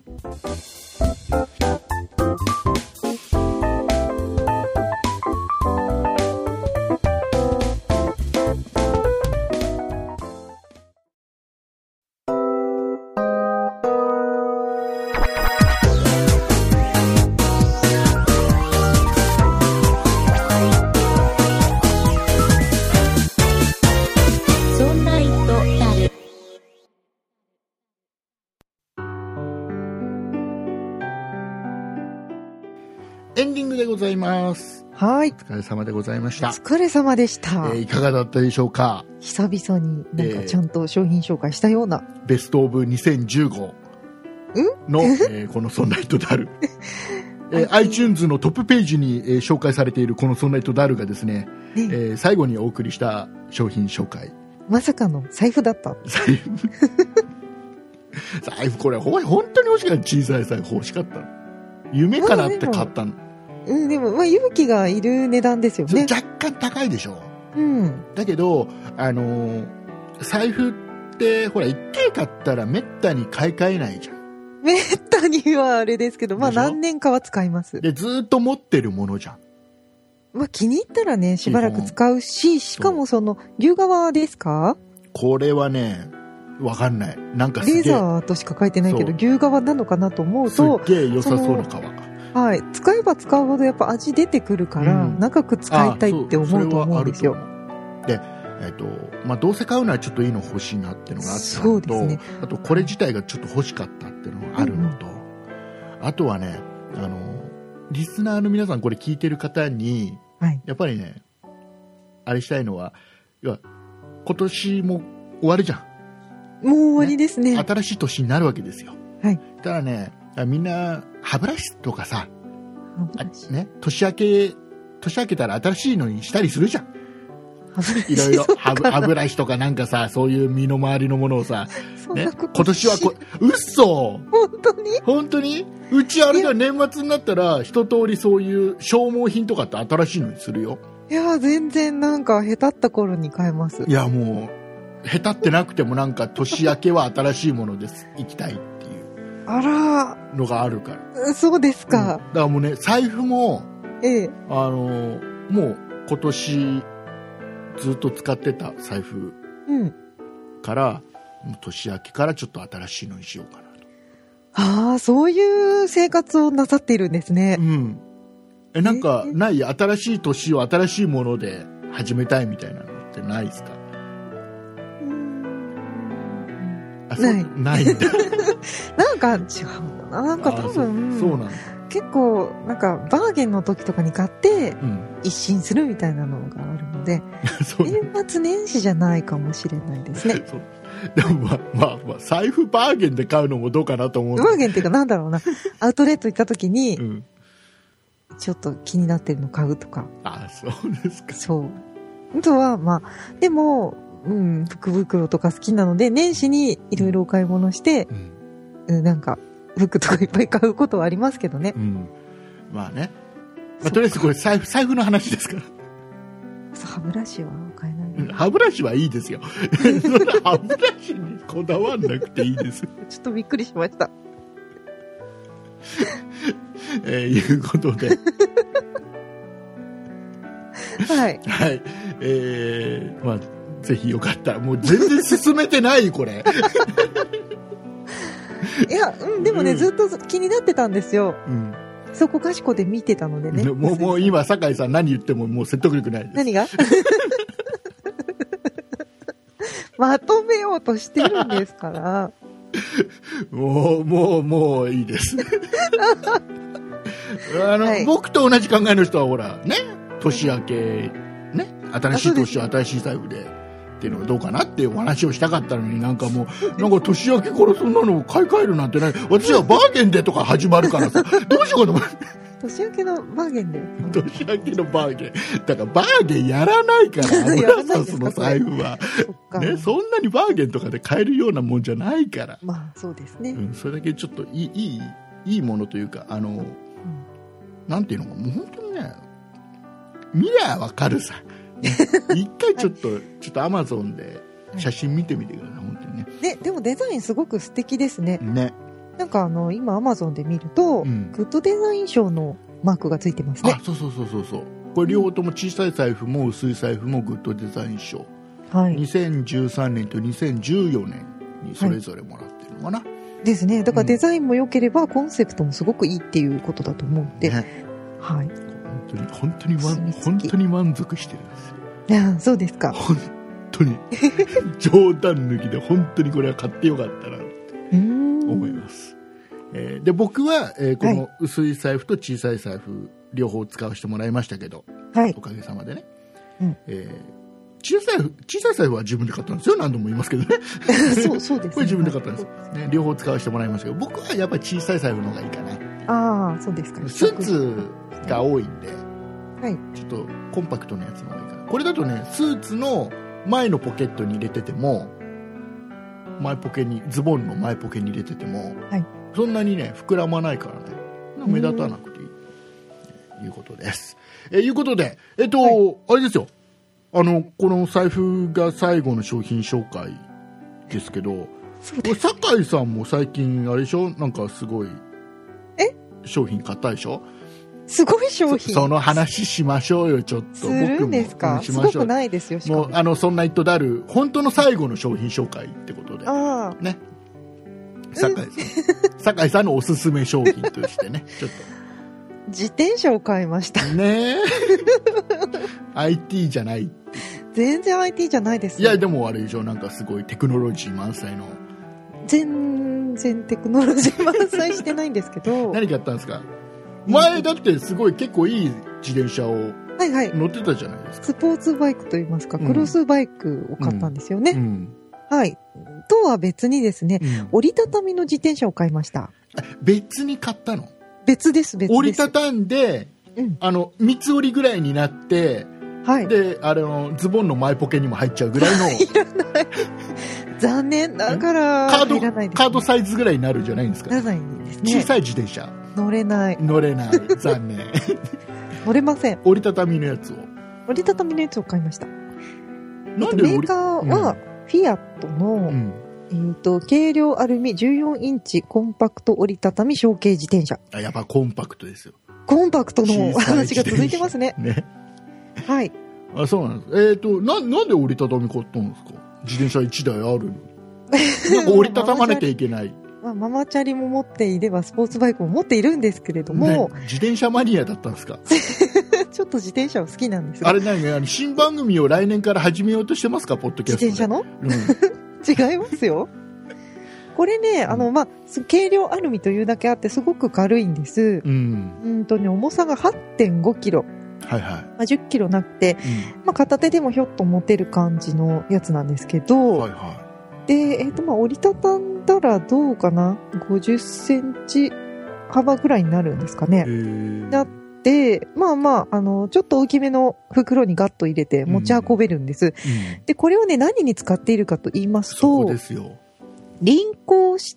エンディングでございます。 はい。 お疲れ様でございました。 お疲れ様でした。 いかがだったでしょうか。 久々になんかちゃんと商品紹介したような。 ベストオブ2015の、このソンライトダル。iTunes のトップページに、紹介されているこのソンライトダルがですね、最後にお送りした商品紹介。 まさかの財布だった。 財布これ本当に欲しかった。小さい財布欲しかったの。夢かなって買ったの。 でも、まあ、勇気がいる値段ですよね。 若干高いでしょ。 うん。 だけど、財布ってほら一回買ったらめったに買い替えないじゃん。 めったにはあれですけど、まあ何年かは使います。 でずっと持ってるものじゃん。 まあ気に入ったらね、しばらく使うし、しかもその牛革ですか？ これはね、わかんない。なんかすげえレザーとしか書いてないけど牛革なのかなと思うと、 すっげえ良さそうな革。 はい、使えば使うほどやっぱ味出てくるから、長く使いたいって思うと思うんですよ。 で、まあ、どうせ買うのはちょっといいの欲しいなっていうのがあったのと、ね、 あとこれ自体がちょっと欲しかったっていうのがあるのと、あとはね、リスナーの皆さんこれ聞いてる方に、はい、やっぱりね、あれしたいのは、今年も終わるじゃん。 もう終わりですね。 新しい年になるわけですよ。 はい。 ただね、みんな歯ブラシとかさ、ね、年明けたら新しいのにしたりするじゃん。いろいろ歯ブラシとかなんかさ、そういう身の回りのものをさ、ね、今年は嘘。本当にうちあれだ、年末になったら一通りそういう消耗品とかって新しいのにするよ。 いや全然なんか下手った頃に買えます。 いやもう下手ってなくてもなんか年明けは新しいものです行きたいっていうのがあるから。 そうですか。 だからもうね、財布も、もう今年ずっと使ってた財布から、年明けからちょっと新しいのにしようかなと。 ああ、そういう生活をなさっているんですね。 なんかない？新しい年を新しいもので始めたいみたいなのってないですか？ないんだ。 なんか違うんだな。なんか多分、 そうなんだ。 結構なんかバーゲンの時とかに買って一新するみたいなのがあるので、年末年始じゃないかもしれないですね。 でもまあ財布バーゲンで買うのもどうかなと思う。 バーゲンっていうかなんだろうな、アウトレット行った時に、ちょっと気になってるの買うとか。 あ、そうですか。 そう。あとはまあでも、福袋とか好きなので年始にいろいろお買い物して、なんか服とかいっぱい買うことはありますけどね。 まあね。とりあえずこれ財布の話ですから。 歯ブラシは買えない。 歯ブラシはいいですよ。歯ブラシにこだわんなくていいです。 ちょっとびっくりしました。 いうことで。 はい。 はい。まあ、ぜひよかったら、もう全然進めてないこれ。 いや、でもね、ずっと気になってたんですよ。そこかしこで見てたのでね。 もう今、酒井さん何言ってももう説得力ないです。 何がまとめようとしてるんですから。 もういいです。僕と同じ考えの人はほら、ね、年明け、ね、新しい年は新しい財布で。っていうのがどうかなっていうお話をしたかったのに、なんかもうなんか年明けからそんなのを買い替えるなんてない。私はバーゲンでとか始まるからさ、どうしようかと思って。 年明けのバーゲンで。 年明けのバーゲン。だからバーゲンやらないから、村さんその財布は。ね、そんなにバーゲンとかで買えるようなもんじゃないから。 まあそうですね。 それだけちょっといいものというか、なんていうのか、もう本当にね、見りゃわかるさ。一回ちょっとアマゾンで写真見てみてください、本当にね。 でもデザインすごく素敵ですね。 ね。 なんか今アマゾンで見ると、グッドデザイン賞のマークがついてますね。 あ、そう。これ両方とも小さい財布も薄い財布もグッドデザイン賞。はい。2013年と2014年にそれぞれもらってるのかな。 ですね。だからデザインも良ければコンセプトもすごくいいっていうことだと思うんで。ね、はい。 本当に満足してるんですよ。 いや、そうですか。 本当に冗談抜きで本当にこれは買ってよかったなって思います。で僕は、この薄い財布と小さい財布両方使わせてもらいましたけど、おかげさまでね。小さい財布は自分で買ったんですよ。何度も言いますけどね。 そうですね。 これ自分で買ったんです。ね、両方使わせてもらいましたけど、僕はやっぱり小さい財布の方がいいかな。 ああ、そうですか。 スーツが多いんで、ちょっとコンパクトなやつの方がいいかな。これだとね、スーツの前のポケットに入れてても、ズボンの前ポケに入れてても、そんなにね、膨らまないからね、目立たなくていいということです。いうことで、あれですよ。この財布が最後の商品紹介ですけど、酒井さんも最近あれでしょ、なんかすごい商品買ったでしょ。 すごい商品。 その話しましょうよ、ちょっと。 するんですか？すごくないですよ、しかも。 もう、そんなイットダル、本当の最後の商品紹介ってことで。ね。酒井さんのおすすめ商品としてね、ちょっと。 自転車を買いました。 ねえ。IT じゃない。 全然 IT じゃないです。 いや、でもあれでしょ、なんかすごいテクノロジー満載の。 全然テクノロジー満載してないんですけど。 何買ったんですか？前だってすごい結構いい自転車を乗ってたじゃないですか。 スポーツバイクといいますか、クロスバイクを買ったんですよね。はい。 とは別にですね、折りたたみの自転車を買いました。 別に買ったの？ 別です。 折りたたんで、三つ折りぐらいになって、はい、でズボンの前ポケにも入っちゃうぐらいのいらない残念だからカードサイズぐらいになるんじゃないんですか？ ならないんですね。 小さい自転車乗れない残念乗れません。 折りたたみのやつを買いました。 なんでメーカーはフィアットの、軽量アルミ14インチコンパクト折りたたみ小径自転車。 やっぱコンパクトですよ。 コンパクトの話が続いてますね。 ね。 はい。 そうなんです。なんで折りたたみ買ったんですか？自転車1台あるのなんか折りたたまなきゃいけない。 ママチャリも持っていればスポーツバイクも持っているんですけれども、ね、 自転車マニアだったんですか？ ちょっと自転車は好きなんですが。あれ新番組を来年から始めようとしてますか？ポッドキャストで。 自転車の、違いますよ。これね、軽量アルミというだけあってすごく軽いんです。重さが 8.5 キロ。 はいはい。 10キロなくて、片手でもひょっと持てる感じのやつなんですけど、はいはい。で、折りたたんだらどうかな ?50 センチ幅ぐらいになるんですかね。なって、ちょっと大きめの袋にガッと入れて持ち運べるんです。で、これをね、何に使っているかと言いますと、 そうですよ。 輪行して、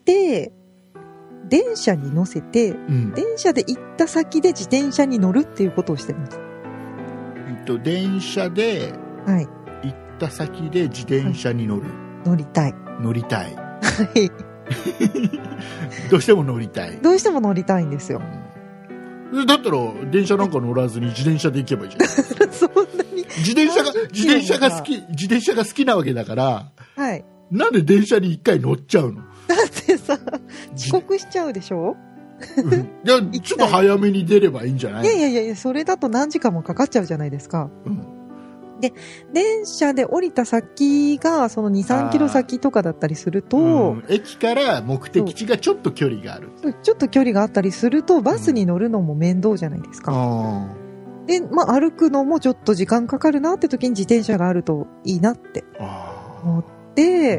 電車に乗せて、電車で行った先で自転車に乗るっていうことをしてます。 電車で行った先で自転車に乗る。 乗りたい。 はい。どうしても乗りたいんですよ。だったら電車なんか乗らずに自転車で行けばいいじゃないですか。 そんなに自転車が好きなわけだから、 はい。 なんで電車に一回乗っちゃうの？ だってさ、遅刻しちゃうでしょ？ いや、ちょっと早めに出ればいいんじゃない？ いや、それだと何時間もかかっちゃうじゃないですか。で、電車で降りた先が、その2、3キロ先とかだったりすると、 駅から目的地がちょっと距離がある。 ちょっと距離があったりすると、バスに乗るのも面倒じゃないですか。で、歩くのもちょっと時間かかるなって時に自転車があるといいなって思って、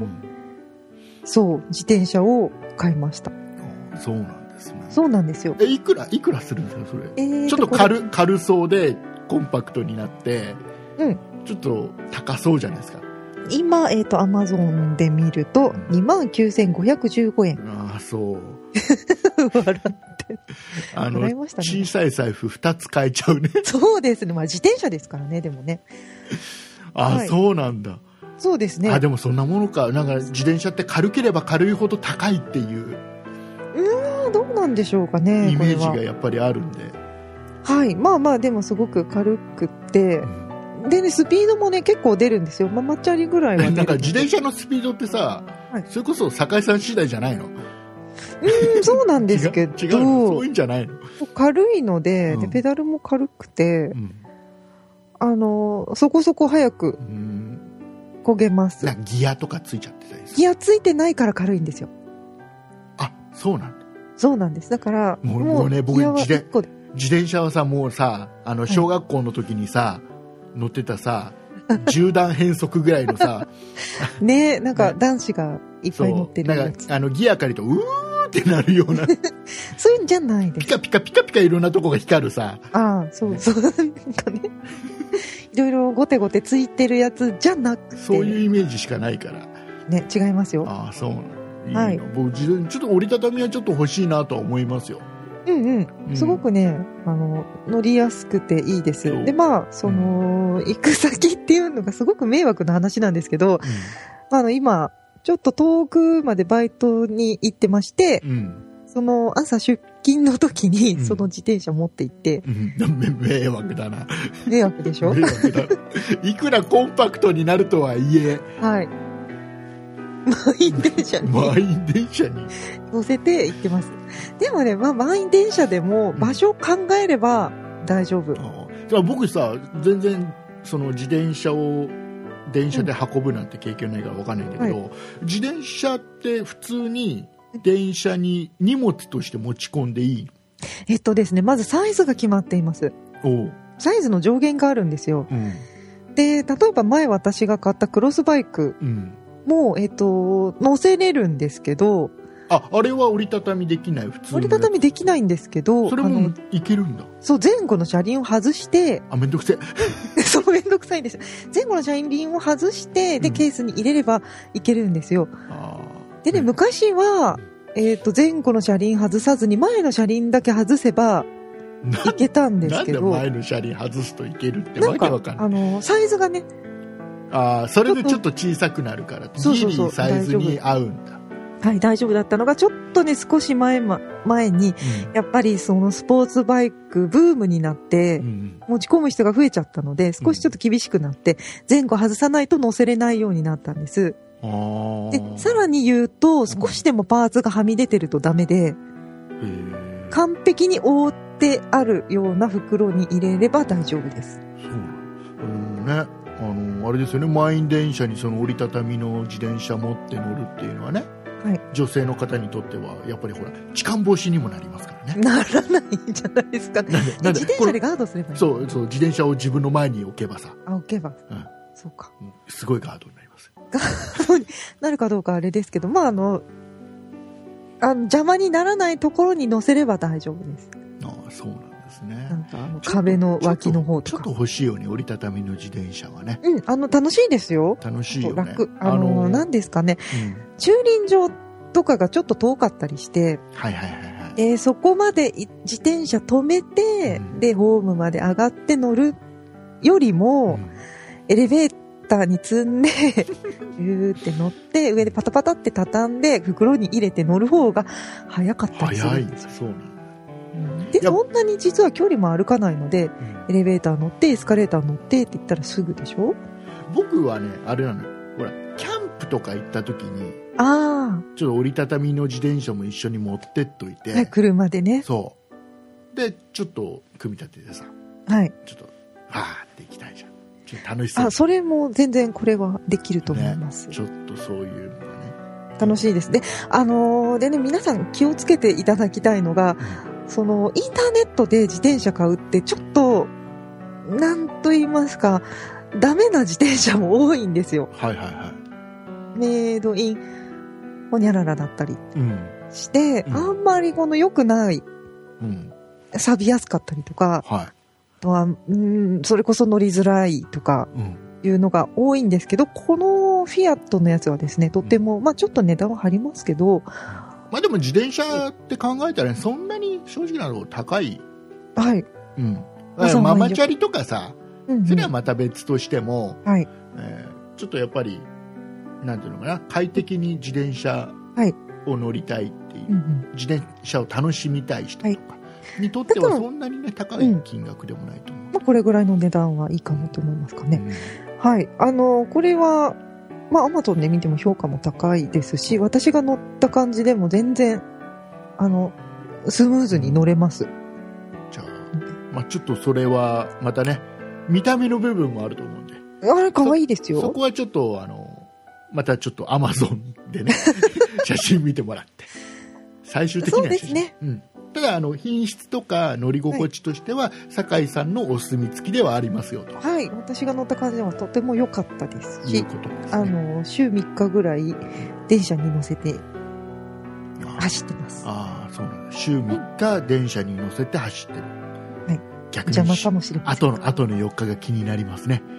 自転車を買いました。 そうなんですね。 そうなんですよ。 いくらするんですか、それ。ちょっと軽そうで、コンパクトになって、ちょっと高そうじゃないですか。 今、Amazon で見ると、29,515 円。 ああ、そう。 笑って。笑いましたね。 小さい財布2つ買えちゃうね。 そうですね。自転車ですからね、でもね。 そうなんだ。 そうですね。 でもそんなものか。なんか自転車って軽ければ軽いほど高いっていう。 どうなんでしょうかね。 イメージがやっぱりあるんで。 はい。でもすごく軽くって、でね、スピードもね、結構出るんですよ。ママチャリぐらいは出る。 なんか自転車のスピードってさ、それこそ酒井さん次第じゃないの？ そうなんですけど。 違うの？そういうんじゃないの？ 軽いので、ペダルも軽くて、そこそこ早く漕げます。 ギアとかついちゃってたりする？ ギアついてないから軽いんですよ。 そうなんだ。 そうなんです。だから、 もうね、僕自転車はさ、もうさ、小学校の時にさ、乗ってたさ、10段変速ぐらいのさね、なんか男子がいっぱい乗ってるやつ。 ギア借りとうーってなるようなそういうんじゃないです。 ピカピカいろんなとこが光るさ。 そうなんかねいろいろゴテゴテついてるやつじゃなくて、 そういうイメージしかないからね。違いますよ。 そうなの。僕ちょっと折りたたみはちょっと欲しいなとは思いますよ。 すごくね、乗りやすくていいです。で、行く先っていうのがすごく迷惑な話なんですけど、今、ちょっと遠くまでバイトに行ってまして、その朝出勤の時にその自転車持って行って、 迷惑だな。 迷惑でしょ？ 迷惑だ。いくらコンパクトになるとはいえ、 満員電車に乗せて行ってます。でもね、満員電車でも場所を考えれば大丈夫。 僕さ、全然その自転車を電車で運ぶなんて経験ないから分かんないんだけど、自転車って普通に電車に荷物として持ち込んでいい？ ですね、まずサイズが決まっています。サイズの上限があるんですよ。で、例えば前私が買ったクロスバイクも乗せれるんですけど、 あれは折りたたみできない、普通の折りたたみできないんですけど、 それもいけるんだ。 そう、前後の車輪を外して、 めんどくせえ。 そう、めんどくさいんです。前後の車輪を外して、で、ケースに入れればいけるんですよ。でね、昔は、前後の車輪外さずに前の車輪だけ外せばいけたんですけど。 なんで前の車輪外すといけるってわけわかんない。 サイズがね。 それでちょっと小さくなるから、ギリサイズに合うんだ。 はい、大丈夫だったのが、ちょっとね、少し前に、やっぱりそのスポーツバイクブームになって、持ち込む人が増えちゃったので、少しちょっと厳しくなって、前後外さないと乗せれないようになったんです。で、さらに言うと、少しでもパーツがはみ出てるとダメで、完璧に覆ってあるような袋に入れれば大丈夫です。 そうね。あれですよね、満員電車にその折りたたみの自転車持って乗るっていうのはね、はい、女性の方にとってはやっぱりほら痴漢防止にもなりますからね。ならないんじゃないですかね。自転車でガードすればいい。 そう自転車を自分の前に置けばさ。 置けば。そうか。 すごいガードになります。 ガードになるかどうかあれですけど、邪魔にならないところに乗せれば大丈夫です。 そうなんですね。 なんか壁の脇の方とか。 ちょっと欲しいよね、折りたたみの自転車はね。 楽しいですよ。 楽しいよね。 楽。なんですかね、駐輪場とかがちょっと遠かったりして、そこまで自転車止めて、で、ホームまで上がって乗るよりも、エレベーターに積んで、ビューって乗って、上でパタパタって畳んで、袋に入れて乗る方が早かったりするんですよ。 そうなんだ。 で、そんなに実は距離も歩かないので、エレベーター乗って、エスカレーター乗ってって言ったらすぐでしょ？ 僕はね、あれなのよ。ほら、キャンプとか行った時に、ちょっと折りたたみの自転車も一緒に持ってっといて。 車でね。 そう。で、ちょっと組み立ててさ。 はい。 ちょっと、はーって行きたいじゃん。ちょっと楽しそう。 それも全然これはできると思います。 ちょっとそういうのがね。 楽しいです。で、でね、皆さん気をつけていただきたいのが、インターネットで自転車買うってちょっと、なんと言いますか、ダメな自転車も多いんですよ。メイドイン、ホニャララだったりして、あんまり良くない、錆びやすかったりとか、あとは、それこそ乗りづらいとか、いうのが多いんですけど、このフィアットのやつはですね、とても、ちょっと値段は張りますけど、 でも自転車って考えたら、そんなに正直なの高い。 はい。 ママチャリとかさ、それはまた別としても、ちょっとやっぱり、なんていうのかな、快適に自転車を乗りたいっていう、自転車を楽しみたい人とかにとってはそんなにね、高い金額でもないと思う。 これぐらいの値段はいいかなと思いますかね。はい。これは、Amazon で見ても評価も高いですし、私が乗った感じでも全然、スムーズに乗れます。 じゃあ、ちょっとそれは、またね、見た目の部分もあると思うんで。 あれ、可愛いですよ。 そこはちょっと、またちょっと Amazon でね、写真見てもらって。最終的にはそうですね。 ただ品質とか乗り心地としては、酒井さんのお墨付きではありますよと。 はい、私が乗った感じではとても良かったですし、週3日ぐらい電車に乗せて走ってます。 そうなんだ。週3日電車に乗せて走ってる。 はい。 逆に邪魔かもしれません。 後の4日が気になりますね。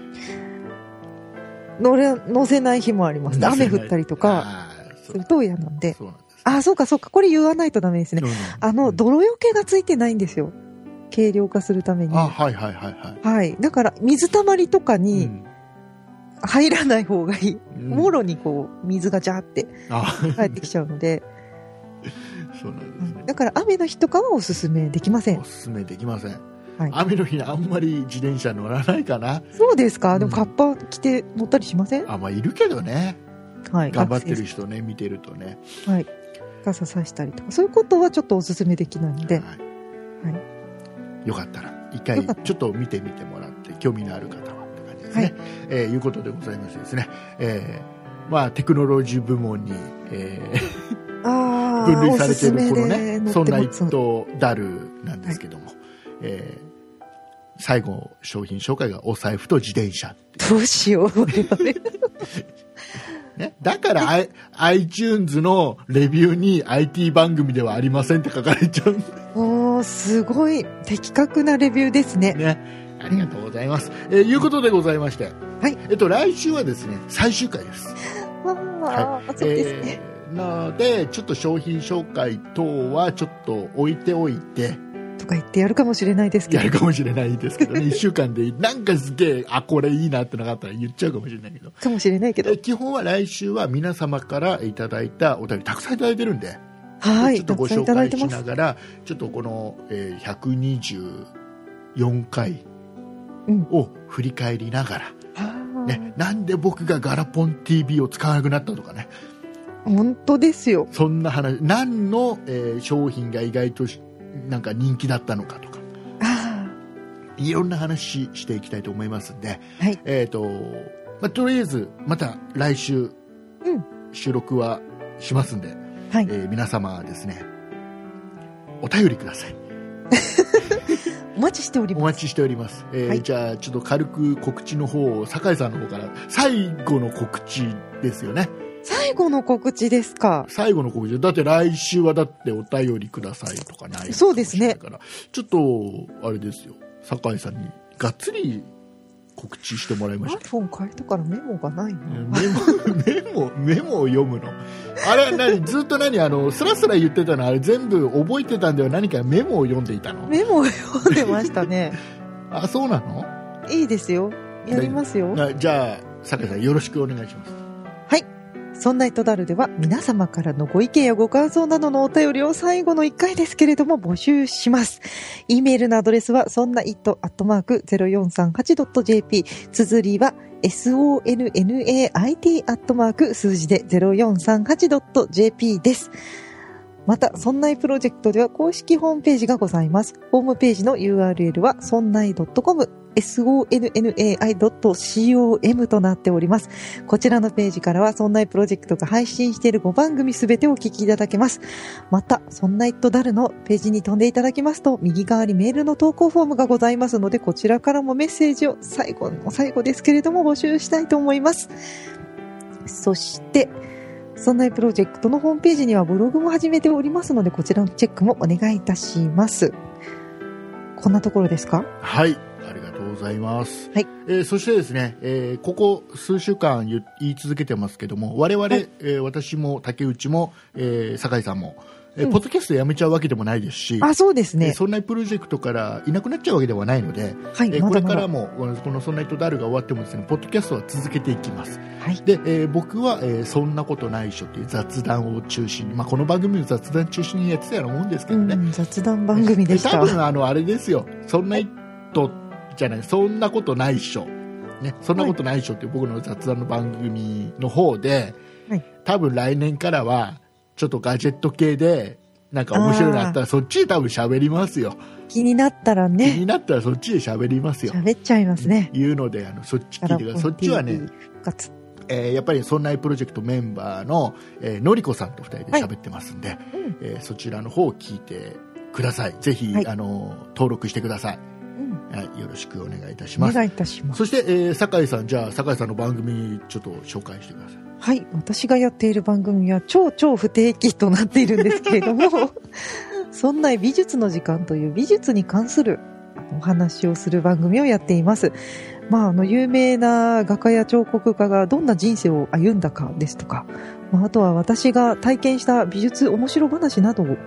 乗せない日もあります。雨降ったりとかすると嫌なんで。そうか。これ言わないとダメですね。泥よけがついてないんですよ。軽量化するために。はい。だから、水たまりとかに入らない方がいい。もろに水がジャーって入ってきちゃうので。 そうなんですね。 だから、雨の日とかはおすすめできません。 おすすめできません。雨の日にあんまり自転車乗らないかな。 そうですか。でも、カッパ着て乗ったりしません？ いるけどね。 はい。 頑張ってる人ね、見てるとね。 はい。傘さしたりとか、そういうことはちょっとおすすめできないので、 よかったら一回ちょっと見てみてもらって興味のある方はって感じですね。いうことでございましてですね、テクノロジー部門に、分類されているこのね、ソンナイトダルなんですけども、最後商品紹介がお財布と自転車。 どうしよう。 ね、だから、iTunes のレビューに IT 番組ではありませんって書かれちゃう。 すごい的確なレビューですね。 ありがとうございます。いうことでございまして、 はい。 来週はですね、最終回です。 そうですね。 なので、ちょっと商品紹介等はちょっと置いておいて、 とか言ってやるかもしれないですけど。 やるかもしれないですけどね。1週間でなんかすげえ、これいいなってなかったら言っちゃうかもしれないけど。 かもしれないけど。 基本は来週は皆様からいただいたお便りたくさんいただいてるんで、 はい。 ちょっとご紹介しながら、ちょっとこの、124回を振り返りながら、ね、なんで僕がガラポン TV を使わなくなったとかね。 本当ですよ。 そんな話、何の、商品が意外となんか人気だったのかとか、いろんな話していきたいと思いますんで、 はい。 とりあえずまた来週、収録はしますんで、 はい。 皆様ですね、お便りください。 お待ちしております。 お待ちしております。 はい、 じゃあちょっと軽く告知の方を酒井さんの方から最後の告知ですよね。 最後の告知ですか。 最後の告知だって来週はだってお便りくださいとかない。 そうですね。 ちょっとあれですよ。酒井さんにがっつり告知してもらいました。 iPhone 変えたからメモがないな。 メモを読むの。あれずっとスラスラ言ってたのあれ全部覚えてたんでは何かメモを読んでいたの？ メモを読んでましたね。 そうなの？ いいですよ。やりますよ。 じゃあ酒井さんよろしくお願いします。 はい。そんな糸だるでは皆様からのご意見やご感想などのお便りを最後の1回ですけれども募集します。e メールのアドレスはそんなit@0438.jp、 綴りは sonnait 数字で 0438.jp です。また、そんないプロジェクトでは公式ホームページがございます。ホームページの URL はそんない .com、sonnai.com となっております。こちらのページからはそんないプロジェクトが配信している5番組すべてお聞きいただけます。また、そんないとだるのページに飛んでいただきますと、右側にメールの投稿フォームがございますので、こちらからもメッセージを最後の最後ですけれども募集したいと思います。そして、そんないプロジェクトのホームページにはブログも始めておりますので、こちらのチェックもお願いいたします。こんなところですか？ はい。ありがとうございます。 はい。 そしてですね、ここ数週間言い続けてますけども、我々、私も竹内も、酒井さんも、ポッドキャストやめちゃうわけでもないですし、 そうですね。 そんなプロジェクトからいなくなっちゃうわけではないので、 はい、 これからもこのそんなとだるが終わってもですね、ポッドキャストは続けていきます。 はい。 で、僕は、そんなことないっしょという雑談を中心に、この番組の雑談中心にやってたようなもんですけどね。 雑談番組でした。 多分あれですよ。そんな人じゃない、そんなことないっしょ。ね、そんなことないっしょっていう僕の雑談の番組の方で、はい、多分来年からはちょっとガジェット系でなんか面白いのあったらそっちで多分喋りますよ。 気になったらね。 気になったらそっちで喋りますよ。 喋っちゃいますね。 いうのでそっち聞いてください。そっちはね、やっぱりそんなプロジェクトメンバーの、のりこさんと2人で喋ってますんで、はい、そちらの方を聞いてください。ぜひ、はい、登録してください。はい、よろしくお願いいたします。 お願いいたします。 そして、酒井さん、じゃあ酒井さんの番組ちょっと紹介してください。 はい、私がやっている番組は超不定期となっているんですけれどもそんな美術の時間という美術に関するお話をする番組をやっています。有名な画家や彫刻家がどんな人生を歩んだかですとか、あとは私が体験した美術面白話などを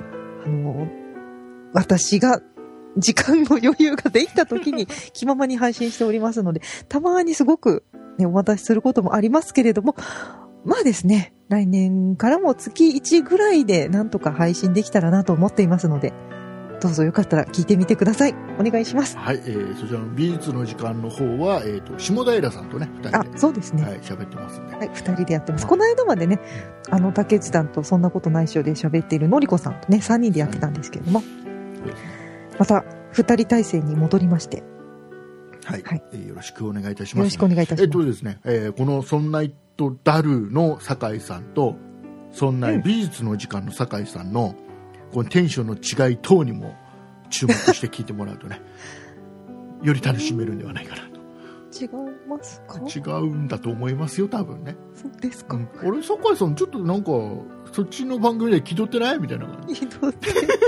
私が時間の余裕ができた時に気ままに配信しておりますので、たまにすごく、ね、お渡しすることもありますけれども、ですね、来年からも月1ぐらいでなんとか配信できたらなと思っていますので、どうぞよかったら聞いてみてください。お願いします。 はい、そちらの美術の時間の方は、下平さんとね、2人で。 そうですね。 はい、喋ってますんで。 はい、2人でやってます。この間までね、竹内さんとそんなことないっしょで喋っているのりこさんとね、3人でやってたんですけれども、また2人体制に戻りまして、 はい、はい、よろしくお願いいたします。 よろしくお願いいたします。 ですね、このそんないとダルの酒井さんと、そんな美術の時間の酒井さんの、このテンションの違い等にも注目して聞いてもらうとねより楽しめるんではないかなと違いますか？ 違うんだと思いますよ、多分ね。 そうですか。 俺、酒井さん、ちょっとなんか、そっちの番組で気取ってないみたいな感じ。 気取って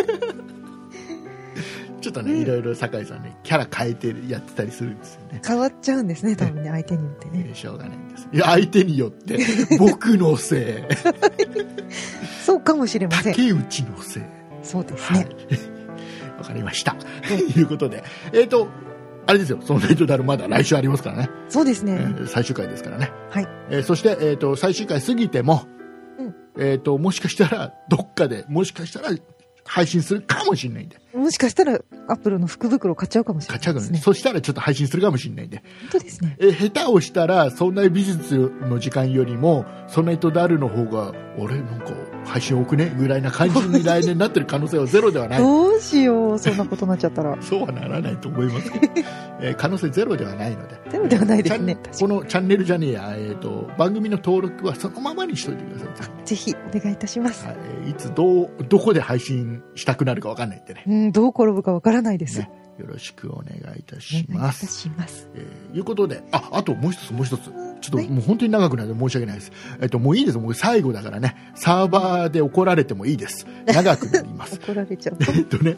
ちょっとね、いろいろ酒井さんね、キャラ変えてやってたりするんですよね。 変わっちゃうんですね、多分ね、相手によってね。 しょうがないんです。いや、相手によって、僕のせい。 そうかもしれません。 竹内のせい。 そうですね。 わかりました。ということで、あれですよ、そのナイトダルまだ来週ありますからね。 そうですね。 最終回ですからね。 はい。 そして、最終回過ぎても、もしかしたら、どっかで、もしかしたら、配信するかもしれないんで。 もしかしたら、アップルの福袋買っちゃうかもしれないですね。買っちゃうかもね。 そしたらちょっと配信するかもしれないんで。 本当ですね。 下手をしたら、そんな美術の時間よりも、そんな糸であるの方が、俺なんか配信多くねぐらいな感じに来年になってる可能性はゼロではない。 どうしよう、そんなことになっちゃったら。 そうはならないと思いますけど、可能性ゼロではないので。 ゼロではないですね。 このチャンネルじゃねえや、番組の登録はそのままにしといてください。 ぜひ、お願いいたします。 いつどこで配信したくなるかわかんないんでね。 どう転ぶかわからないです。 ね、よろしくお願いいたします。 お願いいたします。 いうことで、あともう一つ。ちょっともう本当に長くなって申し訳ないです。もういいです。もう最後だからね、サーバーで怒られてもいいです。長くなります。 怒られちゃう。 ね、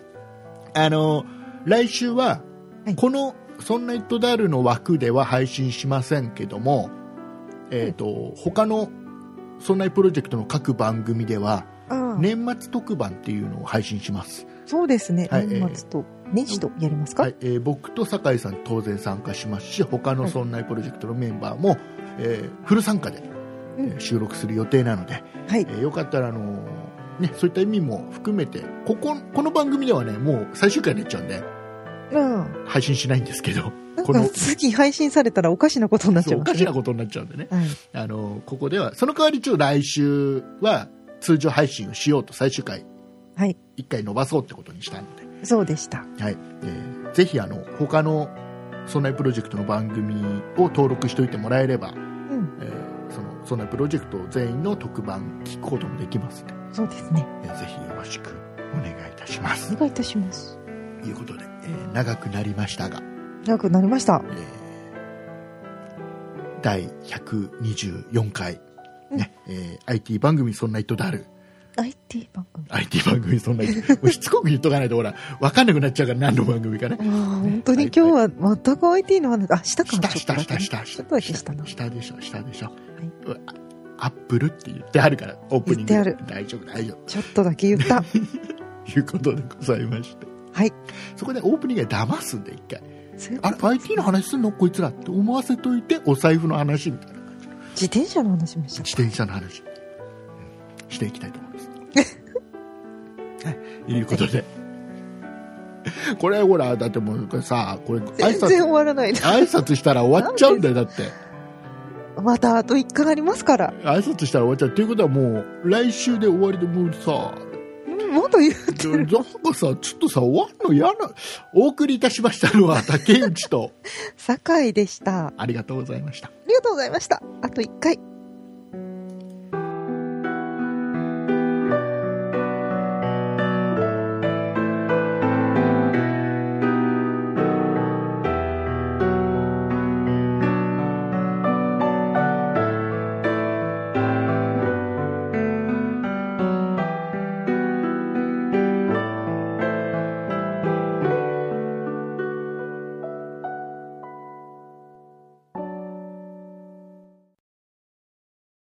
来週は、このそんなイットダールの枠では配信しませんけども、他のそんなプロジェクトの各番組では、年末特番っていうのを配信します。 そうですね。年末と年始とやりますか？ 僕と酒井さん当然参加しますし、他のそんなプロジェクトのメンバーも、フル参加で、収録する予定なので、よかったらそういった意味も含めて、この番組ではね、もう最終回になっちゃうんで、配信しないんですけど、 次配信されたらおかしなことになっちゃう、 おかしなことになっちゃうんでね、ここではその代わり来週は通常配信をしようと、最終回1回伸ばそうってことにしたので、 そうでした。 ぜひ他のそんなプロジェクトの番組を登録しておいてもらえれば、そんなプロジェクト全員の特番聞くこともできますので、 そうですね。 ぜひよろしくお願いいたします。 お願いいたします。 ということで、長くなりましたが、 長くなりました。 第124回、IT 番組そんな糸である。 IT 番組そんな糸。もうしつこく言っとかないとほら分かんなくなっちゃうから、何の番組かね。 本当に今日は全く IT の話、下かな。 下。ちょっとだけ下な。 下でしょ。アップルって言ってあるから、オープニング。 言ってある。 大丈夫。 ちょっとだけ言った。 いうことでございまして。そこでオープニングで騙すんで、一回。あれ IT の話すんのこいつらって思わせといて、お財布の話みたいな感じ。 自転車の話もした。 自転車の話、していきたいと思います。ということで、これほら、だってもうこれさ、これ全然終わらない。 挨拶したら終わっちゃうんだよ。だってまたあと1回ありますから。 挨拶したら終わっちゃうということは、もう来週で終わりで、もうさ、 まだ言ってる。 なんかさ、ちょっとさ、終わるの嫌な。お送りいたしましたのは竹内と酒井でした。 ありがとうございました。 ありがとうございました。あと1回。